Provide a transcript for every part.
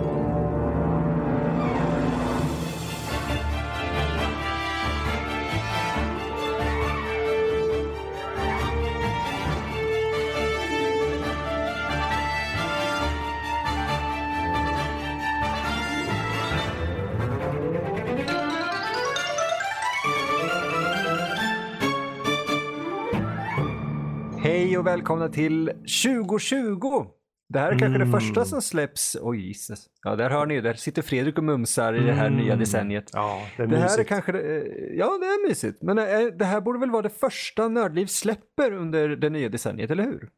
Hej och välkomna till 2020. Det här är kanske det första som släpps. Oj Jesus. Ja, där hör ni. Där sitter Fredrik och mumsar i det här nya decenniet. Ja, det är det mysigt. här är kanske ja, det är mysigt. Men det här borde väl vara det första Nördliv släpper under det nya decenniet, eller hur?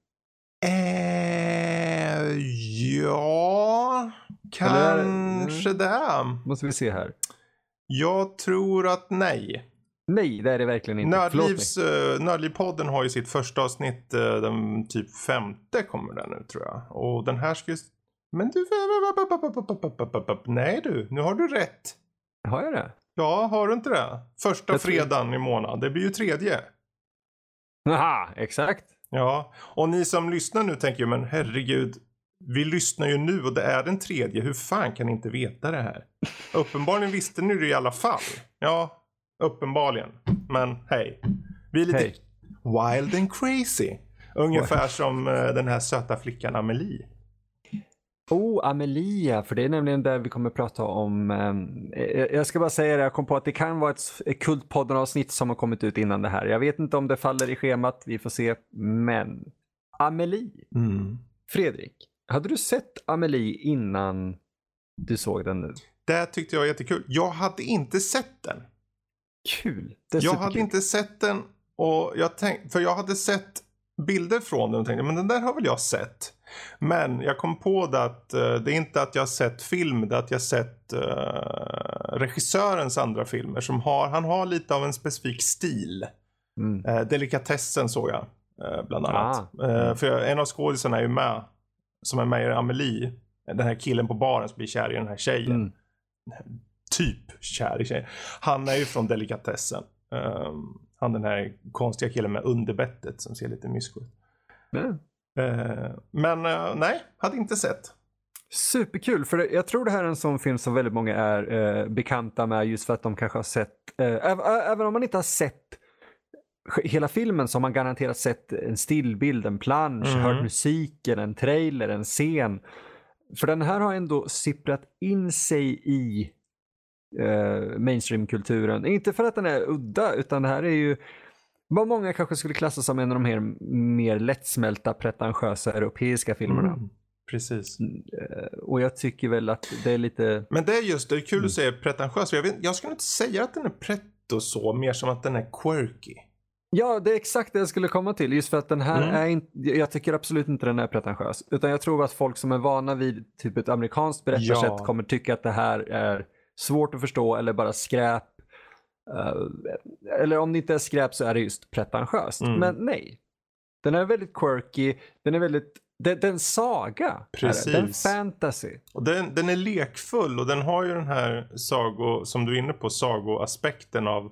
Ja, kanske det. Måste vi se här. Jag tror att nej. Nej, det är det verkligen inte. Nördlivpodden har ju sitt första avsnitt, den typ 5:e kommer den nu tror jag. Och den här ska ju... Men du... Nej du, nu har du rätt. Har jag det? Ja, har du inte det? Första fredagen i månad, det blir ju 3:e. Aha, exakt. Ja, och ni som lyssnar nu tänker ju, men herregud, vi lyssnar ju nu och det är den 3:e. Hur fan kan ni inte veta det här? Uppenbarligen visste ni det i alla fall. Ja, uppenbarligen. Men hej. Vi är lite wild and crazy. Ungefär som den här söta flickan Amelie. Amelia, för det är nämligen där vi kommer prata om. Jag ska bara säga det, jag kom på att det kan vara ett Kultpodden-avsnitt som har kommit ut innan det här. Jag vet inte om det faller i schemat, vi får se. Men Amelie. Fredrik, hade du sett Amelie innan du såg den nu? Det tyckte jag var jättekul. Jag hade inte sett den. Kul. Jag hade inte sett den och för jag hade sett bilder från den och tänkte, men den där har väl jag sett. Men jag kom på det att det är inte att jag har sett film, det är att jag har sett regissörens andra filmer som han har lite av en specifik stil. Delikatessen såg jag bland annat. För en av skådisarna är ju med, som är med i Amelie, den här killen på baren som blir kär i den här tjejen. Typ kär i tjejen. Han är ju från Delikatessen. Han den här konstiga killen med underbettet som ser lite mysko ut. Men nej, hade inte sett. Superkul, för jag tror det här är en sån film som väldigt många är bekanta med, just för att de kanske har sett, även om man inte har sett hela filmen, så har man garanterat sett en stillbild, en plansch, hört musiken, en trailer, en scen. För den här har ändå sipprat in sig i mainstream-kulturen. Inte för att den är udda, utan det här är ju vad många kanske skulle klassa som en av de här mer lättsmälta, pretentiösa europeiska filmerna. Precis. Och jag tycker väl att det är lite... Men det är kul att säga pretentiös. Jag skulle inte säga att den är pretto så, mer som att den är quirky. Ja, det är exakt det jag skulle komma till. Just för att den här är inte... Jag tycker absolut inte den är pretentiös. Utan jag tror att folk som är vana vid typ ett amerikanskt berättarsätt kommer tycka att det här är svårt att förstå eller bara skräp. Eller om det inte är skräp så är det just pretentiöst. Men nej. Den är väldigt quirky. Den är väldigt... Det är en saga. Precis. Den fantasy. Och den är lekfull och den har ju den här som du är inne på, sagoaspekten av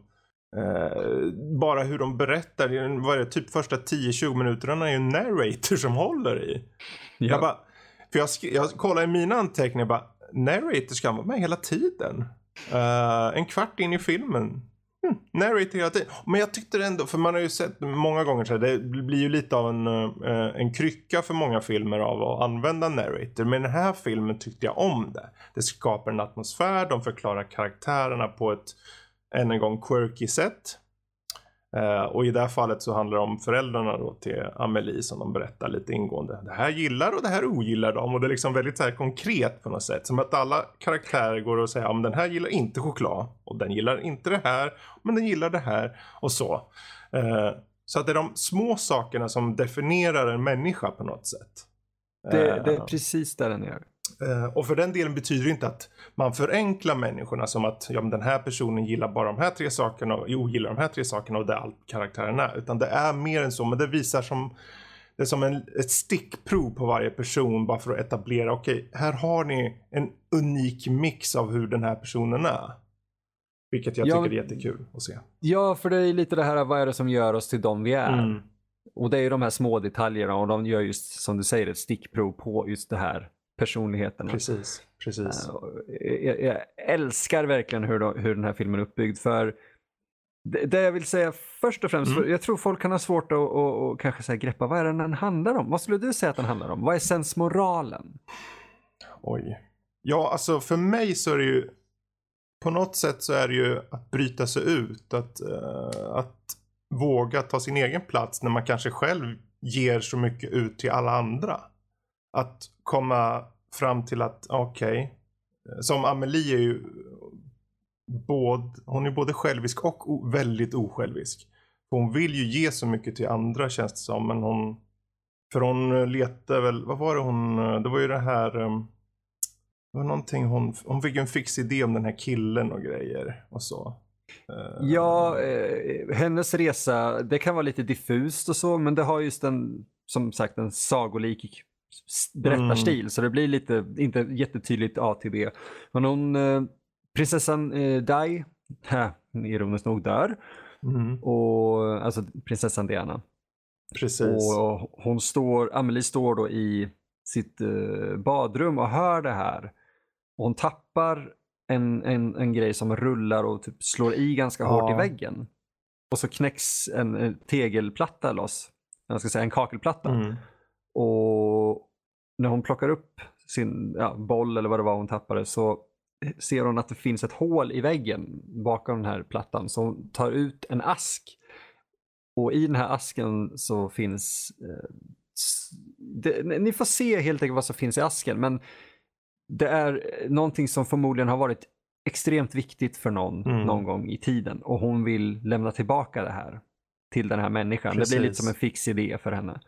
bara hur de berättar. Vad är det, typ första 10-20 minuterna är ju en narrator som håller i. Ja. Jag kollar i mina anteckningar narrator ska vara med hela tiden. En kvart in i filmen. Narrator hela tiden. Men jag tyckte det ändå, för man har ju sett många gånger så det blir ju lite av en krycka för många filmer av att använda narrator. Men den här filmen tyckte jag om det. Det skapar en atmosfär, de förklarar karaktärerna på ett än en gång quirky sätt. Och i det här fallet så handlar det om föräldrarna då till Amelie som de berättar lite ingående. Det här gillar och det här ogillar de. Och det är liksom väldigt så här konkret på något sätt. Som att alla karaktärer går och säger, men den här gillar inte choklad. Och den gillar inte det här. Men den gillar det här. Och så. Så att det är de små sakerna som definierar en människa på något sätt. Det är precis där den är. Och för den delen betyder det inte att man förenklar människorna som att men den här personen gillar bara de här 3 sakerna och ogillar de här 3 sakerna och det är allt karaktären är. Utan det är mer än så, men det visar det är som ett stickprov på varje person bara för att etablera, okej, här har ni en unik mix av hur den här personen är. Vilket jag tycker är jättekul att se. Ja, för det är lite det här, vad är det som gör oss till de vi är? Och det är ju de här små detaljerna och de gör just, som du säger, ett stickprov på just det här. personligheterna. Precis. Jag älskar verkligen hur den här filmen är uppbyggd, för det jag vill säga först och främst, jag tror folk kan ha svårt att kanske säga greppa, vad är den handlar om? Vad skulle du säga att den handlar om? Vad är sensmoralen? Oj. Ja, alltså för mig så är det ju på något sätt så är det ju att bryta sig ut, att våga ta sin egen plats när man kanske själv ger så mycket ut till alla andra. Att komma fram till att okej, som Amelie är ju hon är både självisk och väldigt osjälvisk. För hon vill ju ge så mycket till andra, känns det som, men hon letar väl, vad var det det var ju det här, det var någonting hon fick en fix idé om den här killen och grejer och så. Ja, hennes resa, det kan vara lite diffust och så, men det har just som sagt en sagolik berättarstil, så det blir lite, inte jättetydligt A till B. Men prinsessan Di, ironiskt nog, dör. Och, alltså prinsessan Diana. Precis. Och Amelie står då i sitt badrum och hör det här. Och hon tappar en grej som rullar och typ slår i ganska hårt i väggen. Och så knäcks en tegelplatta loss. Jag ska säga en kakelplatta. Och när hon plockar upp sin boll eller vad det var hon tappade, så ser hon att det finns ett hål i väggen bakom den här plattan. Så hon tar ut en ask. Och i den här asken så finns... ni får se helt enkelt vad som finns i asken. Men det är någonting som förmodligen har varit extremt viktigt för någon gång i tiden. Och hon vill lämna tillbaka det här till den här människan. Precis. Det blir lite som en fix idé för henne.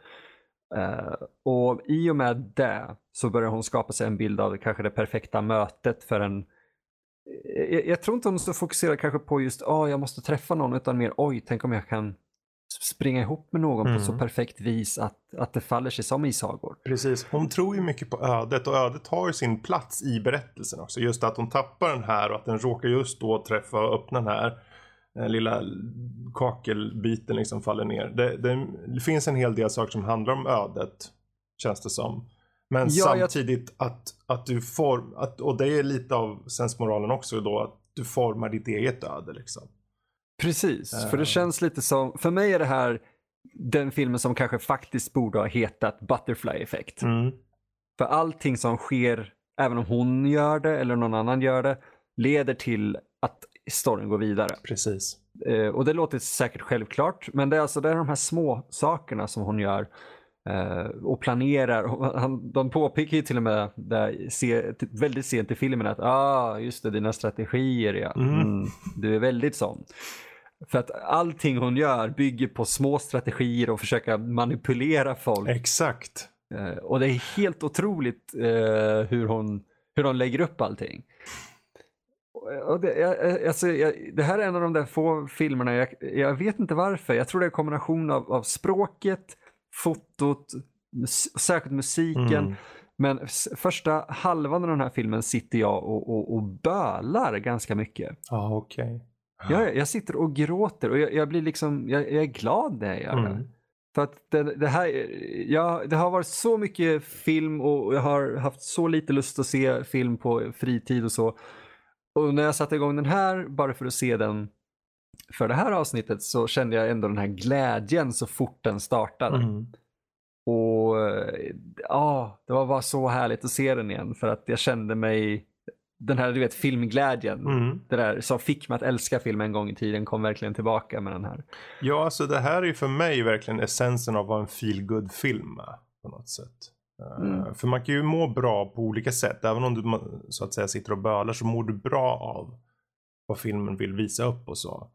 Och i och med det så börjar hon skapa sig en bild av kanske det perfekta mötet för en... Jag tror inte hon så fokuserar kanske på just jag måste träffa någon, utan mer tänk om jag kan springa ihop med någon på så perfekt vis att det faller sig som i sagor. Precis, hon tror ju mycket på ödet, och ödet har ju sin plats i berättelsen också. Just att hon tappar den här och att den råkar just då träffa och öppna den här lilla kakelbiten liksom faller ner. Det finns en hel del saker som handlar om ödet, känns det som. Men samtidigt att du och det är lite av sensmoralen också då, att du formar ditt eget öde liksom. Precis, för det känns lite som, för mig är det här den filmen som kanske faktiskt borde ha hetat Butterfly Effect. För allting som sker, även om hon gör det eller någon annan gör det, leder till att storyn går vidare. Precis. Och det låter säkert självklart, men det är det är de här små sakerna som hon gör och planerar. De påpekar ju till och med väldigt sent i filmen att just det, dina strategier, du är väldigt sån. För att allting hon gör bygger på små strategier och försöka manipulera folk. Exakt. Och det är helt otroligt hur hon lägger upp allting. Och det här är en av de där få filmerna, jag vet inte varför. Jag tror det är en kombination av språket, fotot, särskilt musiken. Men första halvan av den här filmen sitter jag och bölar ganska mycket. Okej. Jag sitter och gråter och jag blir liksom, jag är glad när jag gör det. För att det har varit så mycket film och jag har haft så lite lust att se film på fritid och så. Och när jag satte igång den här bara för att se den för det här avsnittet, så kände jag ändå den här glädjen så fort den startade. Och det var bara så härligt att se den igen, för att jag kände mig, den här filmglädjen, det där som fick mig att älska film en gång i tiden, kom verkligen tillbaka med den här. Ja, alltså det här är ju för mig verkligen essensen av vad en feel-good film är på något sätt. För man kan ju må bra på olika sätt. Även om du så att säga sitter och bölar, så mår du bra av vad filmen vill visa upp och så.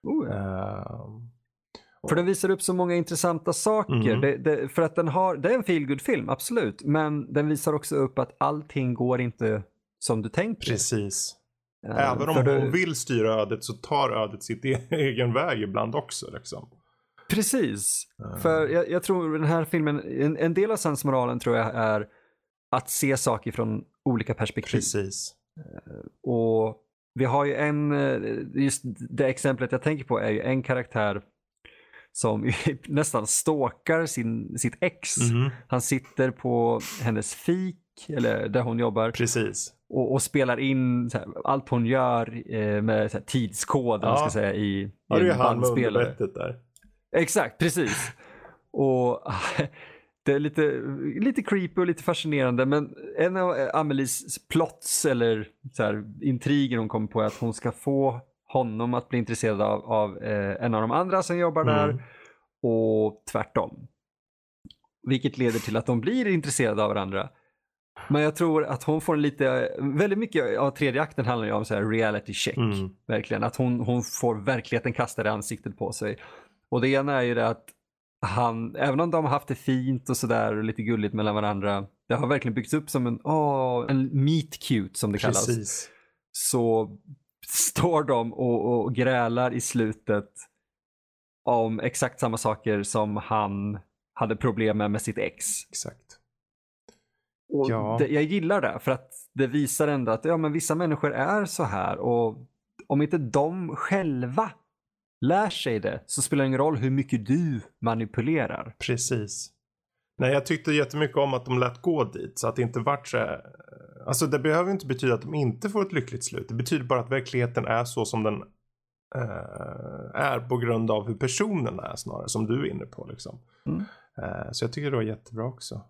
För den visar upp så många intressanta saker. För att det är en feel-good film, absolut. Men den visar också upp att allting går inte som du tänker. Precis. Även om hon vill styra ödet, så tar ödet sitt egen väg ibland också liksom. Precis. För jag tror den här filmen, en del av sensmoralen tror jag är att se saker från olika perspektiv. Precis. Och vi har ju just det exemplet jag tänker på är ju en karaktär som nästan stalkar sitt ex. Han sitter på hennes fik eller där hon jobbar. Precis. Och spelar in så här, allt hon gör med så här, tidskod man ska säga, i en bandspelare. Underbettet där. Exakt, precis. Och det är lite creepy och lite fascinerande, men en av Amelies plots eller så här, intriger hon kommer på är att hon ska få honom att bli intresserad av en av de andra som jobbar där och tvärtom. Vilket leder till att de blir intresserade av varandra. Men jag tror att hon får väldigt mycket av tredje akten handlar ju om så här reality check. Verkligen, att hon får verkligheten kastad i ansiktet på sig. Och det ena är ju det att han, även om de har haft det fint och sådär och lite gulligt mellan varandra, det har verkligen byggts upp som en meet cute som det kallas. Precis. Så står de och grälar i slutet om exakt samma saker som han hade problem med sitt ex. Exakt. Och jag gillar det för att det visar ändå att men vissa människor är så här, och om inte de själva lär sig det så spelar det ingen roll hur mycket du manipulerar. Precis. Nej, jag tyckte jättemycket om att de lät gå dit så att det inte vart så. Alltså det behöver inte betyda att de inte får ett lyckligt slut. Det betyder bara att verkligheten är så som den är på grund av hur personen är snarare, som du är inne på liksom. Så jag tycker det var jättebra också.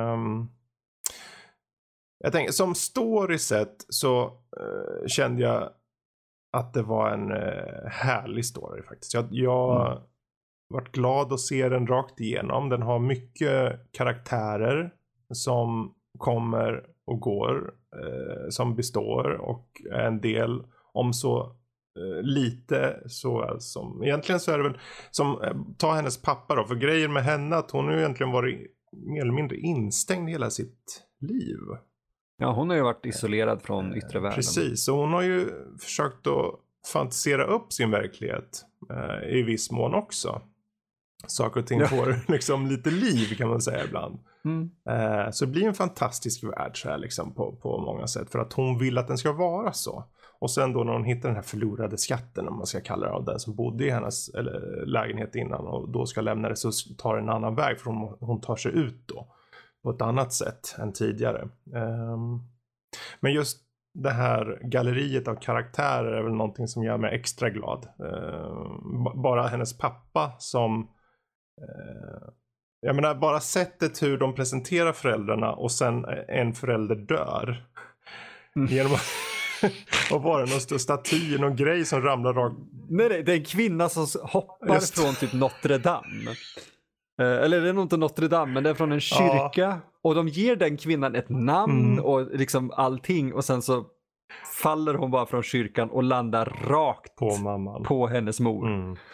Jag tänker, som storyset så kände jag att det var en härlig story faktiskt. Jag varit glad att se den rakt igenom. Den har mycket karaktärer som kommer och går, som består, och en del om så lite så som egentligen så är det väl som ta hennes pappa då, för grejen med henne att hon har ju egentligen varit mer eller mindre instängd hela sitt liv. Ja, hon har ju varit isolerad från yttre världen. Precis, och hon har ju försökt att fantisera upp sin verklighet i viss mån också. Saker och ting får liksom lite liv kan man säga ibland. Så det blir en fantastisk värld så här liksom på många sätt, för att hon vill att den ska vara så. Och sen då när hon hittar den här förlorade skatten, om man ska kalla det, av den som bodde i hennes lägenhet innan och då ska lämna det, så tar en annan väg, för hon tar sig ut då på ett annat sätt än tidigare. Men just det här galleriet av karaktärer är väl någonting som gör mig extra glad. Bara hennes pappa som jag menar, bara sättet hur de presenterar föräldrarna och sen en förälder dör genom och bara någon stor staty, någon grej som ramlar rakt. Nej, det är en kvinna som hoppar från typ Notre Dame. Eller det är nog inte Notre Dame, men det är från en kyrka. Och de ger den kvinnan ett namn och liksom allting. Och sen så faller hon bara från kyrkan och landar rakt på mamman, på hennes mor.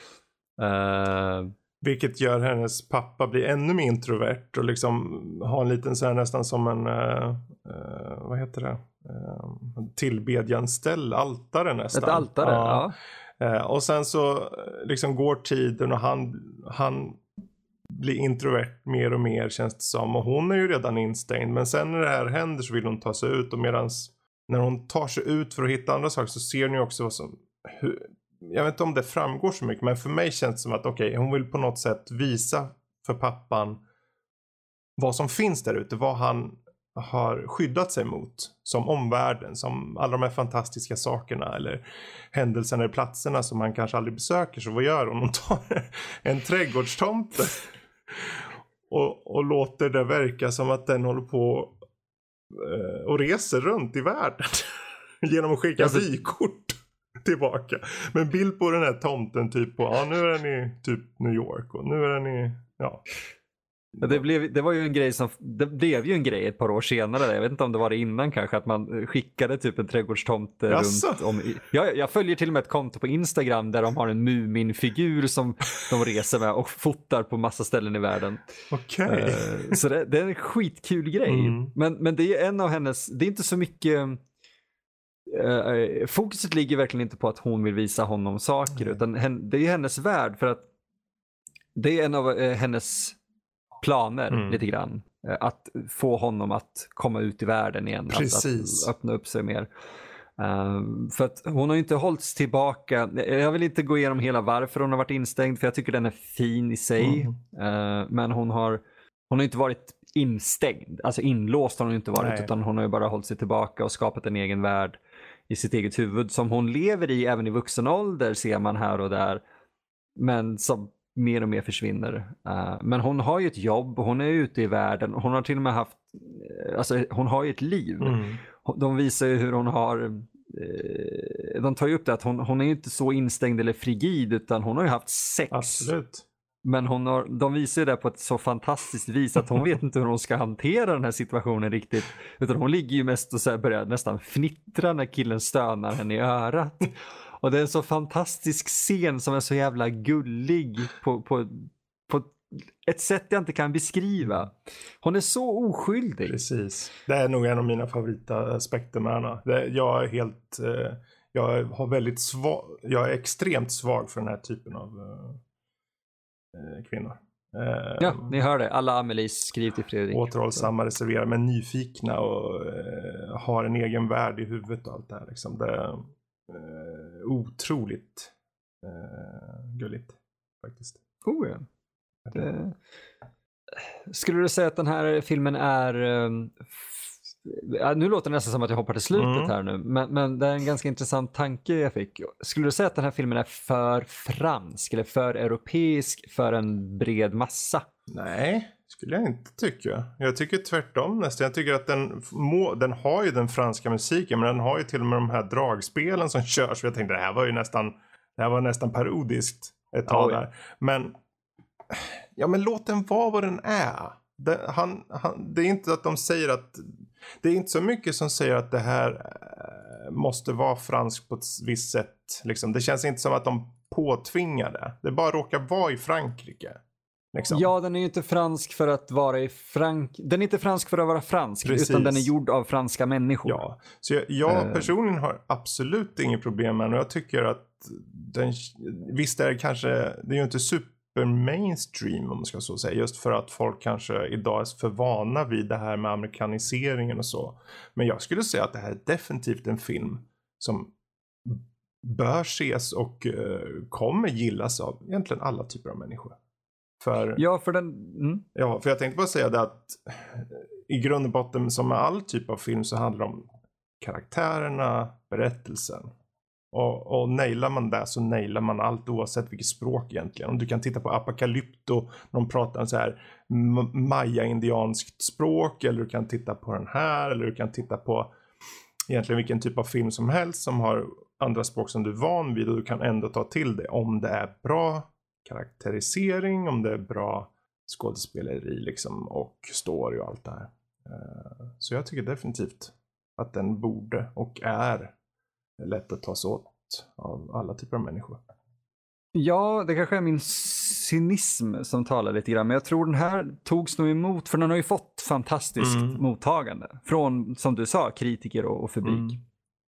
Vilket gör hennes pappa bli ännu mer introvert och liksom ha en liten så här nästan som en vad heter det? Tillbedjanställ, altare nästan. Ett altare, ja. Och sen så liksom går tiden och han blir introvert mer och mer, känns det som. Och hon är ju redan instängd. Men sen när det här händer så vill hon ta sig ut. Och medans när hon tar sig ut för att hitta andra saker så ser ni också vad som... jag vet inte om det framgår så mycket. Men för mig känns det som att hon vill på något sätt visa för pappan vad som finns där ute. Vad han har skyddat sig mot. Som omvärlden. Som alla de här fantastiska sakerna. Eller händelserna eller platserna som man kanske aldrig besöker. Så vad gör hon? Hon tar en trädgårdstomte. Och låter det verka som att den håller på och reser runt i världen. Genom att skicka vykort tillbaka. Men bild på den här tomten typ på, nu är den i typ New York. Och nu är den i, det var ju en grej som, det blev ju en grej ett par år senare. Jag vet inte om det var det innan kanske, att man skickade typ en trädgårdstomte runt om. Jag följer till och med ett konto på Instagram där de har en Mumin-figur som de reser med och fotar på massa ställen i världen. Okej. Så det är en skitkul grej. Men det är en av hennes, det är inte så mycket fokuset ligger verkligen inte på att hon vill visa honom saker, utan det är hennes värld, för att det är en av hennes planer lite grann. Att få honom att komma ut i världen igen. Att öppna upp sig mer. För att hon har inte hållits tillbaka. Jag vill inte gå igenom hela varför hon har varit instängd. För jag tycker den är fin i sig. Men hon har inte varit instängd. Alltså inlåst har hon inte varit, utan hon har ju bara hållit sig tillbaka och skapat en egen värld i sitt eget huvud som hon lever i även i vuxen ålder, ser man här och där. Men som mer och mer försvinner. Men hon har ju ett jobb, hon är ute i världen. Hon har till och med haft, alltså hon har ju ett liv. De visar ju hur hon har, de tar ju upp det att hon är ju inte så instängd eller frigid, utan hon har ju haft sex. Absolut. Men de visar ju det på ett så fantastiskt vis att hon vet inte hur hon ska hantera den här situationen riktigt. Utan hon ligger ju mest och så här börjar nästan fnittra när killen stönar henne i örat. Och det är en så fantastisk scen som är så jävla gullig på ett sätt jag inte kan beskriva. Hon är så oskyldig. Precis. Det är nog en av mina favoritaspekter med henne. Jag är helt... Jag har väldigt jag är extremt svag för den här typen av kvinnor. Ja, ni hör det. Alla Amelies skriver till Fredrik. Återhållsamma, reserverade, men nyfikna och har en egen värld i huvudet och allt det här. Liksom. Det är otroligt gulligt faktiskt. Oh ja. Skulle du säga att den här filmen är... nu låter det nästan som att jag hoppar till slutet här nu. Men det är en ganska intressant tanke jag fick. Skulle du säga att den här filmen är för fransk eller för europeisk för en bred massa? Nej, skulle jag inte tycka. Jag tycker tvärtom nästan. Jag tycker att den har ju den franska musiken, men den har ju till och med de här dragspelen som körs. Jag tänkte det här var nästan parodiskt ett tag där. Men låt den vara vad den är. Det är inte att de säger att... Det är inte så mycket som säger att det här måste vara fransk på ett visst sätt. Liksom. Det känns inte som att de påtvingar det. Det bara råkar vara i Frankrike. Liksom. Ja, den är ju inte fransk för att vara Den är inte fransk för att vara fransk. Precis. Utan den är gjord av franska människor. Ja, så jag personligen har absolut inget problem med den. Och jag tycker att visst är det är ju inte super mainstream om man ska så säga, just för att folk kanske idag är för vana vid det här med amerikaniseringen och så. Men jag skulle säga att det här är definitivt en film som bör ses och kommer gillas av egentligen alla typer av människor. För jag tänkte bara säga det att i grund och botten som med all typ av film så handlar det om karaktärerna, berättelsen. Och nailar man det så nailar man allt oavsett vilket språk egentligen. Om du kan titta på Apocalypto när de pratar så här maya-indianskt språk, eller du kan titta på den här, eller du kan titta på egentligen vilken typ av film som helst som har andra språk som du är van vid, och du kan ändå ta till det om det är bra karaktärisering, om det är bra skådespeleri liksom, och story och allt det här. Så jag tycker definitivt att den borde och är lätt att ta sig åt av alla typer av människor. Ja, det kanske är min cynism som talar lite grann. Men jag tror den här togs nog emot, för den har ju fått fantastiskt mottagande. Från, som du sa, kritiker och publik.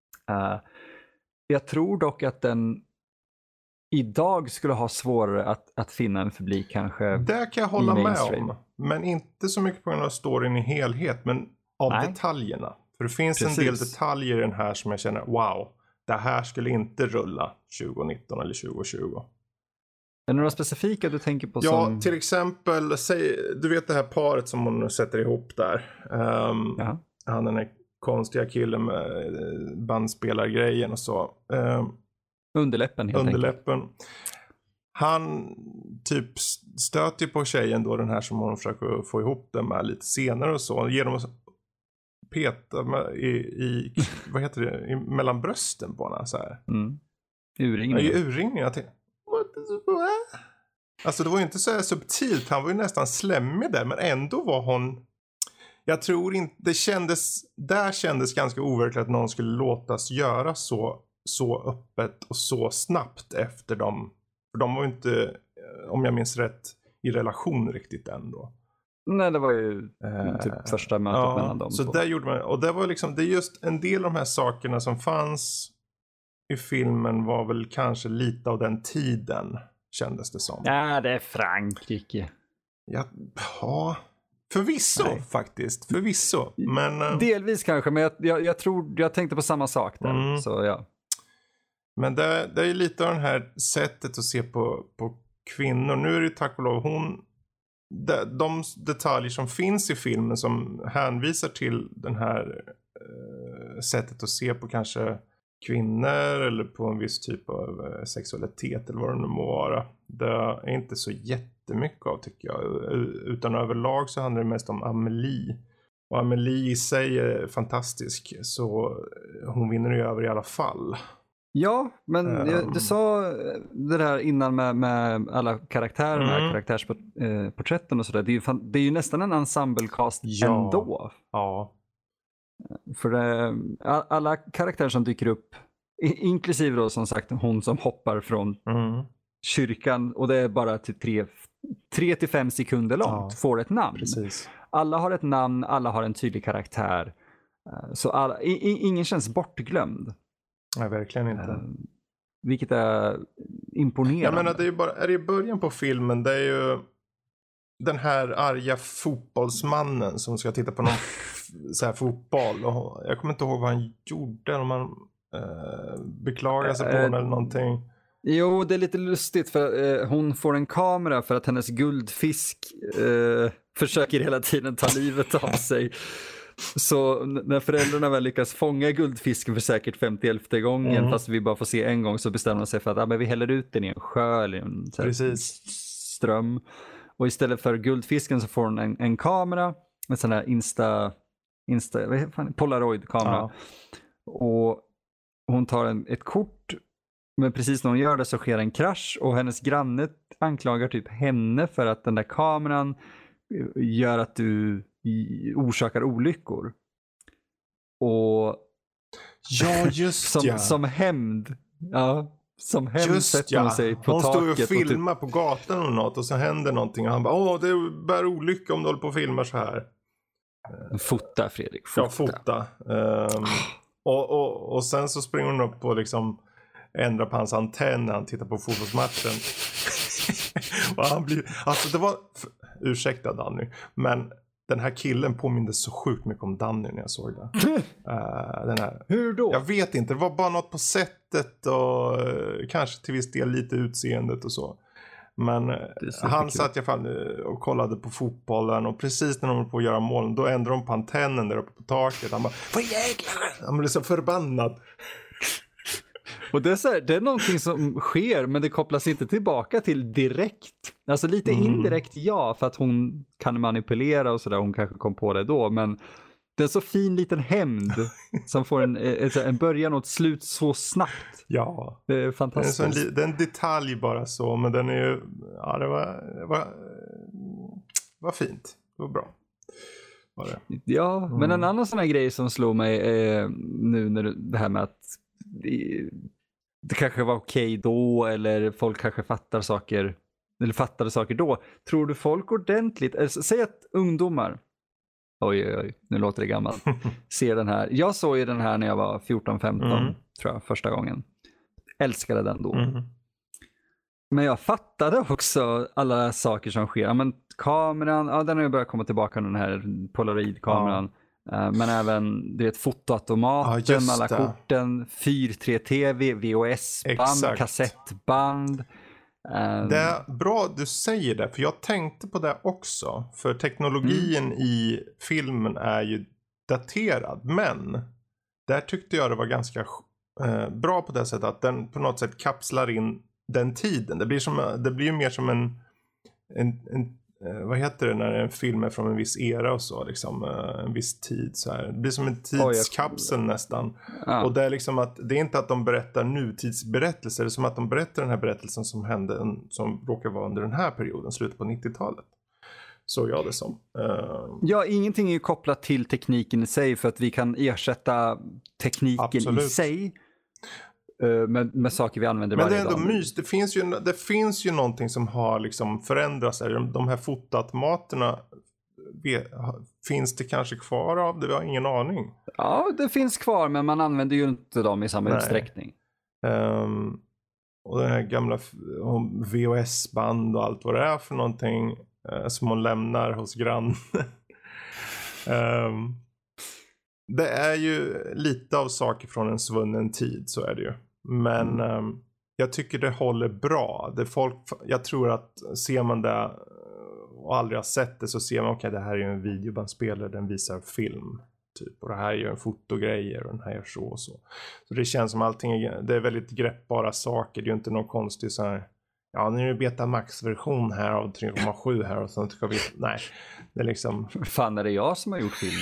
Jag tror dock att den idag skulle ha svårare att finna en publik kanske. Det kan jag hålla med om. Men inte så mycket på grund av storyn i helhet, men av detaljerna. För det finns en del detaljer i den här som jag känner, wow, det här skulle inte rulla 2019 eller 2020. Är det några specifika du tänker på? Ja, till exempel, du vet det här paret som hon sätter ihop där. Han den här konstiga killen med bandspelargrejen och så. Underläppen helt enkelt. Han typ stöter på tjejen då, den här som hon försöker få ihop det med lite senare och så. Genom att peta i vad heter det, mellan brösten på henne så här. Urringning. Ja, urringning. Jag tänkte, what? Alltså det var ju inte så här subtilt, han var ju nästan slemmig där, men ändå var hon, jag tror inte, det kändes ganska overkligt att någon skulle låtas göra så öppet och så snabbt efter dem. För de var ju inte, om jag minns rätt, i relation riktigt ändå. Nej, det var ju typ första mötet mellan dem. Så där gjorde man, och det var liksom, det är just en del av de här sakerna som fanns i filmen var väl kanske lite av den tiden, kändes det som. Ja, det är Frankrike. Ja, förvisso faktiskt, förvisso. Men, delvis kanske, men jag tänkte på samma sak där. Så ja. Men det är ju lite av det här sättet att se på kvinnor. Nu är det tack och lov, de detaljer som finns i filmen som hänvisar till den här sättet att se på kanske kvinnor eller på en viss typ av sexualitet eller vad det nu må vara. Det är inte så jättemycket av, tycker jag. Utan överlag så handlar det mest om Amelie. Och Amelie i sig är fantastisk, så hon vinner ju över i alla fall. Ja, men du sa det där innan med alla karaktärer, med karaktärsporträtten och sådär. Det är ju nästan en ensemblecast ändå. Ja. För alla karaktärer som dyker upp, inklusive då som sagt hon som hoppar från kyrkan, och det är bara till 3-5 sekunder långt, får ett namn. Precis. Alla har ett namn, alla har en tydlig karaktär. Så ingen känns bortglömd. Nej, verkligen inte. Vilket är imponerande. Jag menar, det är ju bara, är det i början på filmen, det är ju den här arga fotbollsmannen som ska titta på någon så här fotboll. Och jag kommer inte ihåg vad han gjorde, om han beklagar sig på den eller någonting. Jo, det är lite lustigt för hon får en kamera för att hennes guldfisk försöker hela tiden ta livet av sig. Så när föräldrarna väl lyckas fånga guldfisken för säkert 50:e gången, fast vi bara får se en gång, så bestämmer de sig för att men vi häller ut den i en sjö eller en ström. Och istället för guldfisken så får hon en kamera, en sån här Polaroid-kamera. Ja. Och hon tar ett kort, men precis när hon gör det så sker en krasch och hennes granne anklagar typ henne för att den där kameran gör att du orsakar olyckor. Och ja, just som hämnd. Ja, som hämnd sätter hon sig på hon taket. Hon står och filmar på gatan eller något och så händer någonting och han bara, det bär olycka om du håller på och filmar så här. Fota, Fredrik. Fota. Och sen så springer hon upp och liksom ändrar på hans antenn när han tittar på fotbollsmatchen. Och han blir, alltså det var, ursäkta Danny, men den här killen påminner så sjukt mycket om Danny när jag såg det. Den här. Hur då? Jag vet inte, det var bara något på sättet och kanske till viss del lite utseendet och så. Men han satt i alla fall och kollade på fotbollen, och precis när de var på att göra målen, då ändrade de på antennen där uppe på taket. Han bara, vad jäklar! Han blev så förbannad. Och det är, så här, det är någonting som sker, men det kopplas inte tillbaka till direkt. Alltså lite indirekt, ja, för att hon kan manipulera och sådär. Hon kanske kom på det då, men det är en så fin liten hämnd som får en början och ett slut så snabbt. Ja, det är fantastiskt. Det är en detalj bara så, men den är ju, ja, det var fint. Det var bra. Var det. Ja, men en annan sån här grej som slog mig nu när det här med att det kanske var okej då, eller folk kanske fattade saker då. Tror du folk ordentligt, säg att ungdomar, oj, nu låter det gammalt, ser den här. Jag såg ju den här när jag var 14-15 tror jag, första gången. Älskade den då. Men jag fattade också alla saker som sker. Ja, men kameran, den har ju börjat komma tillbaka, den här Polaroid-kameran. Men även, du vet, fotoautomaten med alla korten, 4.3-TV, VHS-band, kassettband. Det är bra du säger det, för jag tänkte på det också. För teknologin i filmen är ju daterad, men där tyckte jag det var ganska bra på det sättet att den på något sätt kapslar in den tiden. Det blir ju mer som en vad heter det när en film är från en viss era och så, liksom en viss tid så här. Det blir som en tidskapsel nästan. Ja. Och det är liksom att det är inte att de berättar nutidsberättelser, det är som att de berättar den här berättelsen som hände, som råkar vara under den här perioden, slutet på 90-talet. Så jag det som. Ja, ingenting är ju kopplat till tekniken i sig, för att vi kan ersätta tekniken i sig med saker vi använder varje dag. Men det är ändå mys. Det finns ju någonting som har liksom förändrats. De här fotoautomaterna, finns det kanske kvar av det? Vi har ingen aning. Ja, det finns kvar, men man använder ju inte dem i samma utsträckning. Och den här gamla VHS-band och allt vad det är för någonting som hon lämnar hos grannen. Det är ju lite av saker från en svunnen tid, så är det ju. Men jag tycker det håller bra. Jag tror att ser man det och aldrig har sett det, så ser man okej, det här är ju en videobandspelare, den visar film typ, och det här gör en fotogrejer och den här gör så och så. Så det känns som allting det är väldigt greppbara saker. Det är ju inte någon konstig så här, ja, nu är det betamax-version här av 3,7 här och sånt ska vi, nej, det är liksom fan, är det jag som har gjort filmen?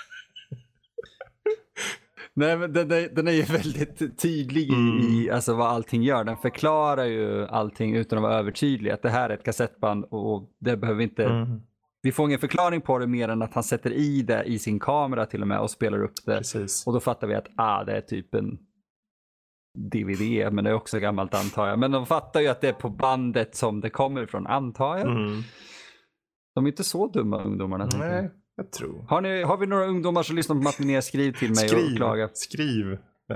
Nej, men den är ju väldigt tydlig i alltså vad allting gör. Den förklarar ju allting utan att vara övertydlig. Att det här är ett kassettband och det behöver inte... Vi får ingen förklaring på det mer än att han sätter i det i sin kamera till och med och spelar upp det. Precis. Och då fattar vi att det är typ en DVD, men det är också gammalt antar jag. Men de fattar ju att det är på bandet som det kommer ifrån, antar jag. De är inte så dumma, ungdomarna. Nej, jag tror. Har vi några ungdomar som lyssnar på Matiné? Skriv till mig och klaga. Skriv.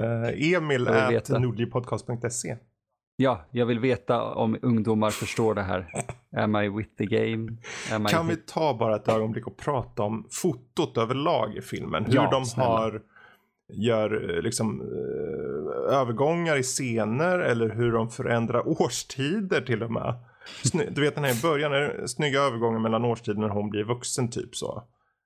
Emil@nordlypodcast.se. Ja, jag vill veta om ungdomar förstår det här. Am I with the game? Kan vi ta bara ett ögonblick och prata om fotot överlag i filmen? Hur de gör liksom övergångar i scener, eller hur de förändrar årstider till och med. Du vet, den här i början är det snygga övergångar mellan årstider när hon blir vuxen typ så.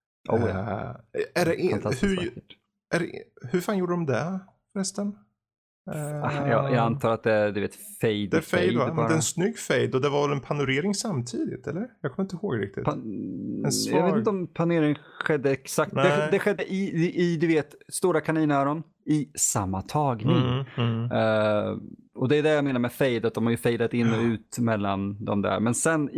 Hur fan gjorde de det förresten? Jag antar att det är, du vet, fade. Det är fade, va? Men det är en snygg fade, och det var väl en panorering samtidigt, eller? Jag kommer inte ihåg riktigt. Jag vet inte om panering skedde exakt. Det skedde i du vet, stora kaninöron i samma tagning. Och det är det jag menar med fade, att de har ju fadat in och ut mellan de där. Men sen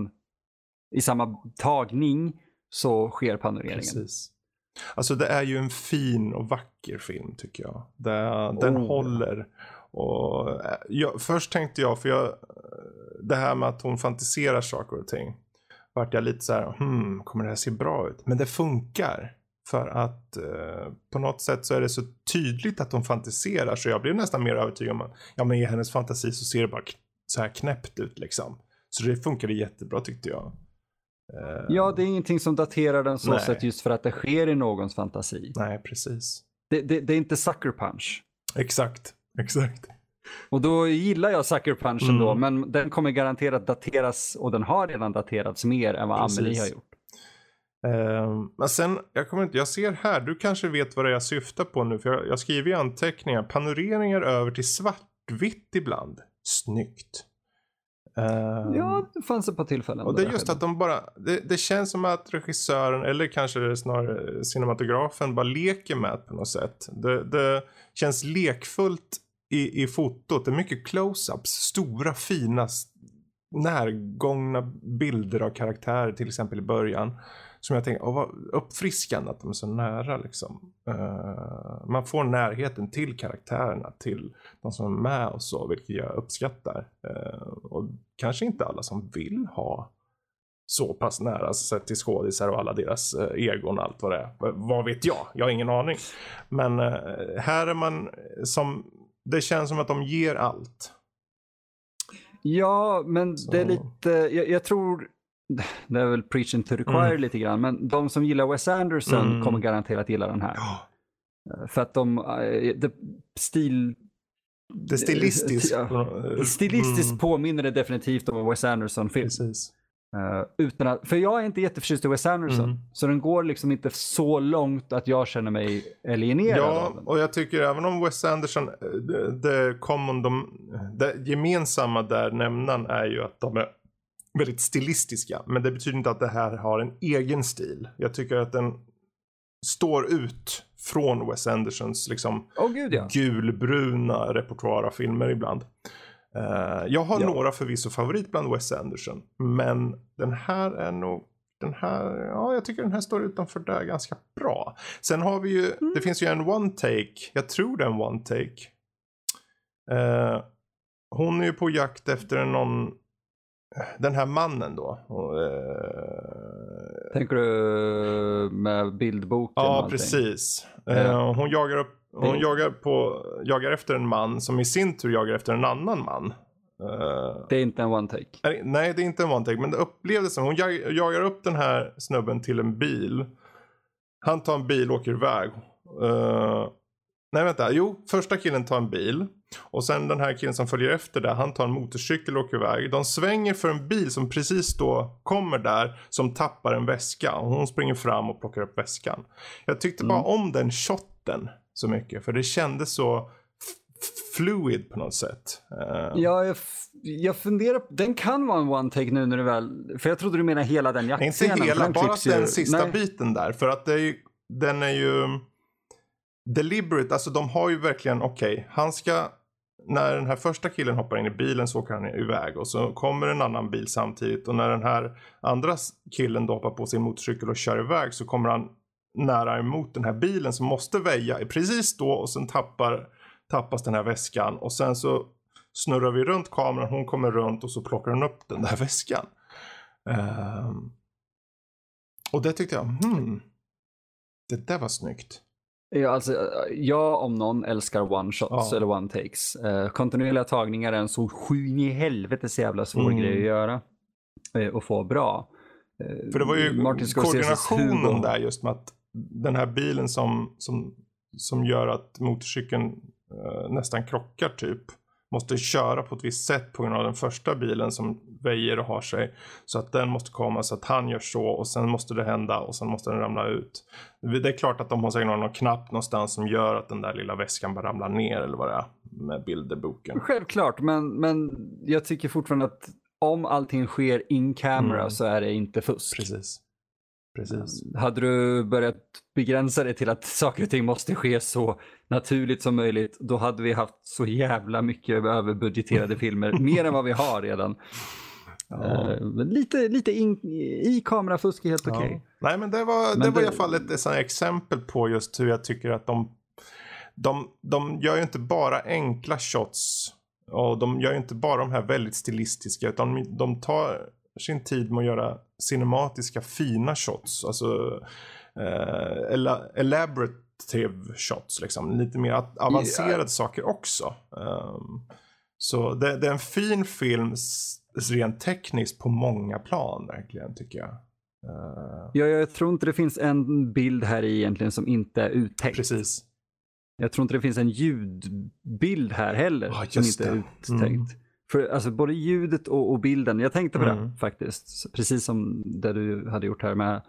i samma tagning så sker panoreringen. Precis. Alltså det är ju en fin och vacker film tycker jag. Den håller. Och först tänkte jag, det här med att hon fantiserar saker och ting, vart jag lite så här, kommer det här se bra ut? Men det funkar. För att på något sätt så är det så tydligt att hon fantiserar, så jag blev nästan mer övertygad om att men i hennes fantasi så ser det bara så här knäppt ut liksom. Så det funkade jättebra tyckte jag. Ja, det är ingenting som daterar den så sätt just för att det sker i någons fantasi. Nej, precis. Det är inte Sucker Punch. Exakt. Och då gillar jag Sucker Punchen då, men den kommer garanterat dateras, och den har redan daterats mer än vad Amelie har gjort. Men sen, jag ser här, du kanske vet vad det är jag syftar på nu, för jag skriver i anteckningar, panoreringar över till svartvitt ibland. Snyggt. Ja, det fanns ett par tillfällen. Och det är just att de bara, det känns som att regissören, eller kanske snarare cinematografen, bara leker med det på något sätt. Det känns lekfullt i fotot. Det är mycket close-ups, stora fina närgångna bilder av karaktärer, till exempel i början, som jag tänker, vad uppfriskande att de är så nära liksom. Man får närheten till karaktärerna, till de som är med och så, vilket jag uppskattar. Och kanske inte alla som vill ha så pass nära sett till skådisar och alla deras egon och allt vad det är. Vad vet jag har ingen aning. Men här är man det känns som att de ger allt. Ja, men så. Det är lite, jag tror det är väl preaching to the choir lite grann, men de som gillar Wes Anderson kommer garanterat gilla den här. För att det stilistiskt påminner det definitivt om en Wes Anderson-film. Precis. För jag är inte jätteförtjust i Wes Anderson, så den går liksom inte så långt att jag känner mig alienerad av den. Och jag tycker även om Wes Anderson, det gemensamma där nämnaren är ju att de är väldigt stilistiska, men det betyder inte att det här har en egen stil. Jag tycker att den står ut från Wes Andersons liksom gulbruna repertoar av filmer ibland. Jag har några förvisso favorit bland Wes Anderson, men den här är nog jag tycker den här står utanför där ganska bra. Sen har vi ju, det finns ju en one take, jag tror det är en one take. Hon är ju på jakt efter den här mannen då. Tänker du med bildboken? Ja, precis. Hon jagar efter en man som i sin tur jagar efter en annan man. Det är inte en one take. Nej, det är inte en one take, men det upplevdes som hon jagar upp den här snubben till en bil. Han tar en bil och åker iväg. Nej vänta, första killen tar en bil. Och sen den här killen som följer efter där, han tar en motorcykel och åker iväg. De svänger för en bil som precis då kommer där, som tappar en väska. Och hon springer fram och plockar upp väskan. Jag tyckte bara om den shotten så mycket, för det kändes så fluid på något sätt. Ja, jag funderar, den kan vara en one take nu när du väl, för jag trodde du menar hela den jaktscenen. Inte hela, bara den sista biten där, för att den är ju deliberate, alltså de har ju verkligen, han ska, när den här första killen hoppar in i bilen så åker han iväg och så kommer en annan bil samtidigt, och när den här andra killen då hoppar på sin motorcykel och kör iväg så kommer han nära emot den här bilen som måste väja precis då, och sen tappas den här väskan, och sen så snurrar vi runt kameran, hon kommer runt och så plockar hon upp den där väskan. Och det tyckte jag, det där var snyggt. Ja, alltså, jag om någon älskar one shots eller one takes. Kontinuerliga tagningar är en så skyn i helvete så jävla svår grej att göra och få bra. För det var ju koordinationen där just med att den här bilen som gör att motorcykeln nästan krockar typ, måste köra på ett visst sätt på grund av den första bilen som väjer och har sig, så att den måste komma så att han gör så, och sen måste det hända och sen måste den ramla ut. Det är klart att de har säkert någon knapp någonstans som gör att den där lilla väskan bara ramlar ner eller vad det är med bilderboken. Självklart, men jag tycker fortfarande att om allting sker in camera så är det inte fusk. Precis. Hade du börjat begränsa det till att saker och ting måste ske så naturligt som möjligt, då hade vi haft så jävla mycket överbudgeterade filmer, mer än vad vi har redan. Lite i kamerafusk är helt okej. Nej, men det var i alla fall ett sånt exempel på just hur jag tycker att de gör ju inte bara enkla shots, och de gör ju inte bara de här väldigt stilistiska, utan de tar sin tid med att göra cinematiska fina shots, alltså elaborative shots liksom, lite mer avancerade saker också. Så det är en fin film rent tekniskt på många plan verkligen, tycker jag. Jag tror inte det finns en bild här egentligen som inte är uttänkt. Precis. Jag tror inte det finns en ljudbild här heller som inte är uttänkt. För alltså både ljudet och bilden, jag tänkte på det faktiskt, precis som det du hade gjort här med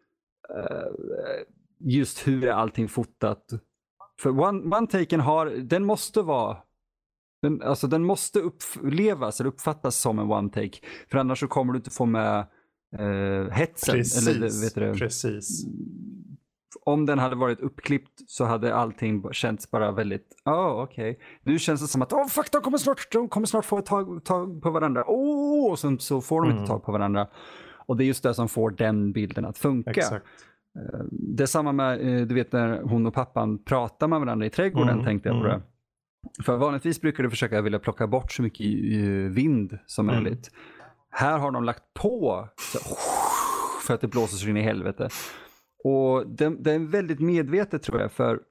just hur är allting fotat. För one-taken den måste vara, den måste upplevas eller uppfattas som en one-take, för annars så kommer du inte få med hetsen. Precis, eller, vet du, precis. Om den hade varit uppklippt så hade allting känts bara väldigt, okej. Nu känns det som att, fuck, de kommer snart få ett tag på varandra. Och så får de inte tag på varandra. Och det är just det som får den bilden att funka. Exakt. Det är samma med, du vet, när hon och pappan pratar med varandra i trädgården, tänkte jag på det. För vanligtvis brukar du försöka vilja plocka bort så mycket vind som möjligt. Här har de lagt på för att det blåser så in i helvete. Och det är väldigt medvetet, tror jag, för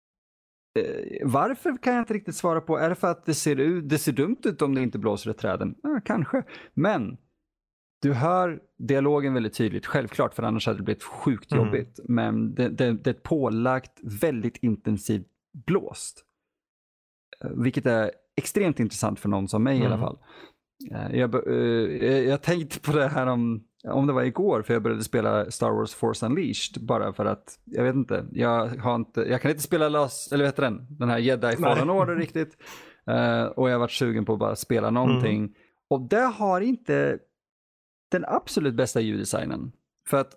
varför kan jag inte riktigt svara på. Är det för att det ser dumt ut om det inte blåser i träden? Ja, kanske. Men du hör dialogen väldigt tydligt, självklart, för annars hade det blivit sjukt jobbigt. Men det är ett pålagt, väldigt intensivt blåst. Vilket är extremt intressant för någon som mig i alla fall. Jag tänkte på det här om det var igår, för jag började spela Star Wars Force Unleashed bara för att, jag vet inte, jag kan inte spela den här Jedi Fallen Order riktigt, och jag har varit sugen på att bara spela någonting, och det har inte den absolut bästa ljuddesignen, för att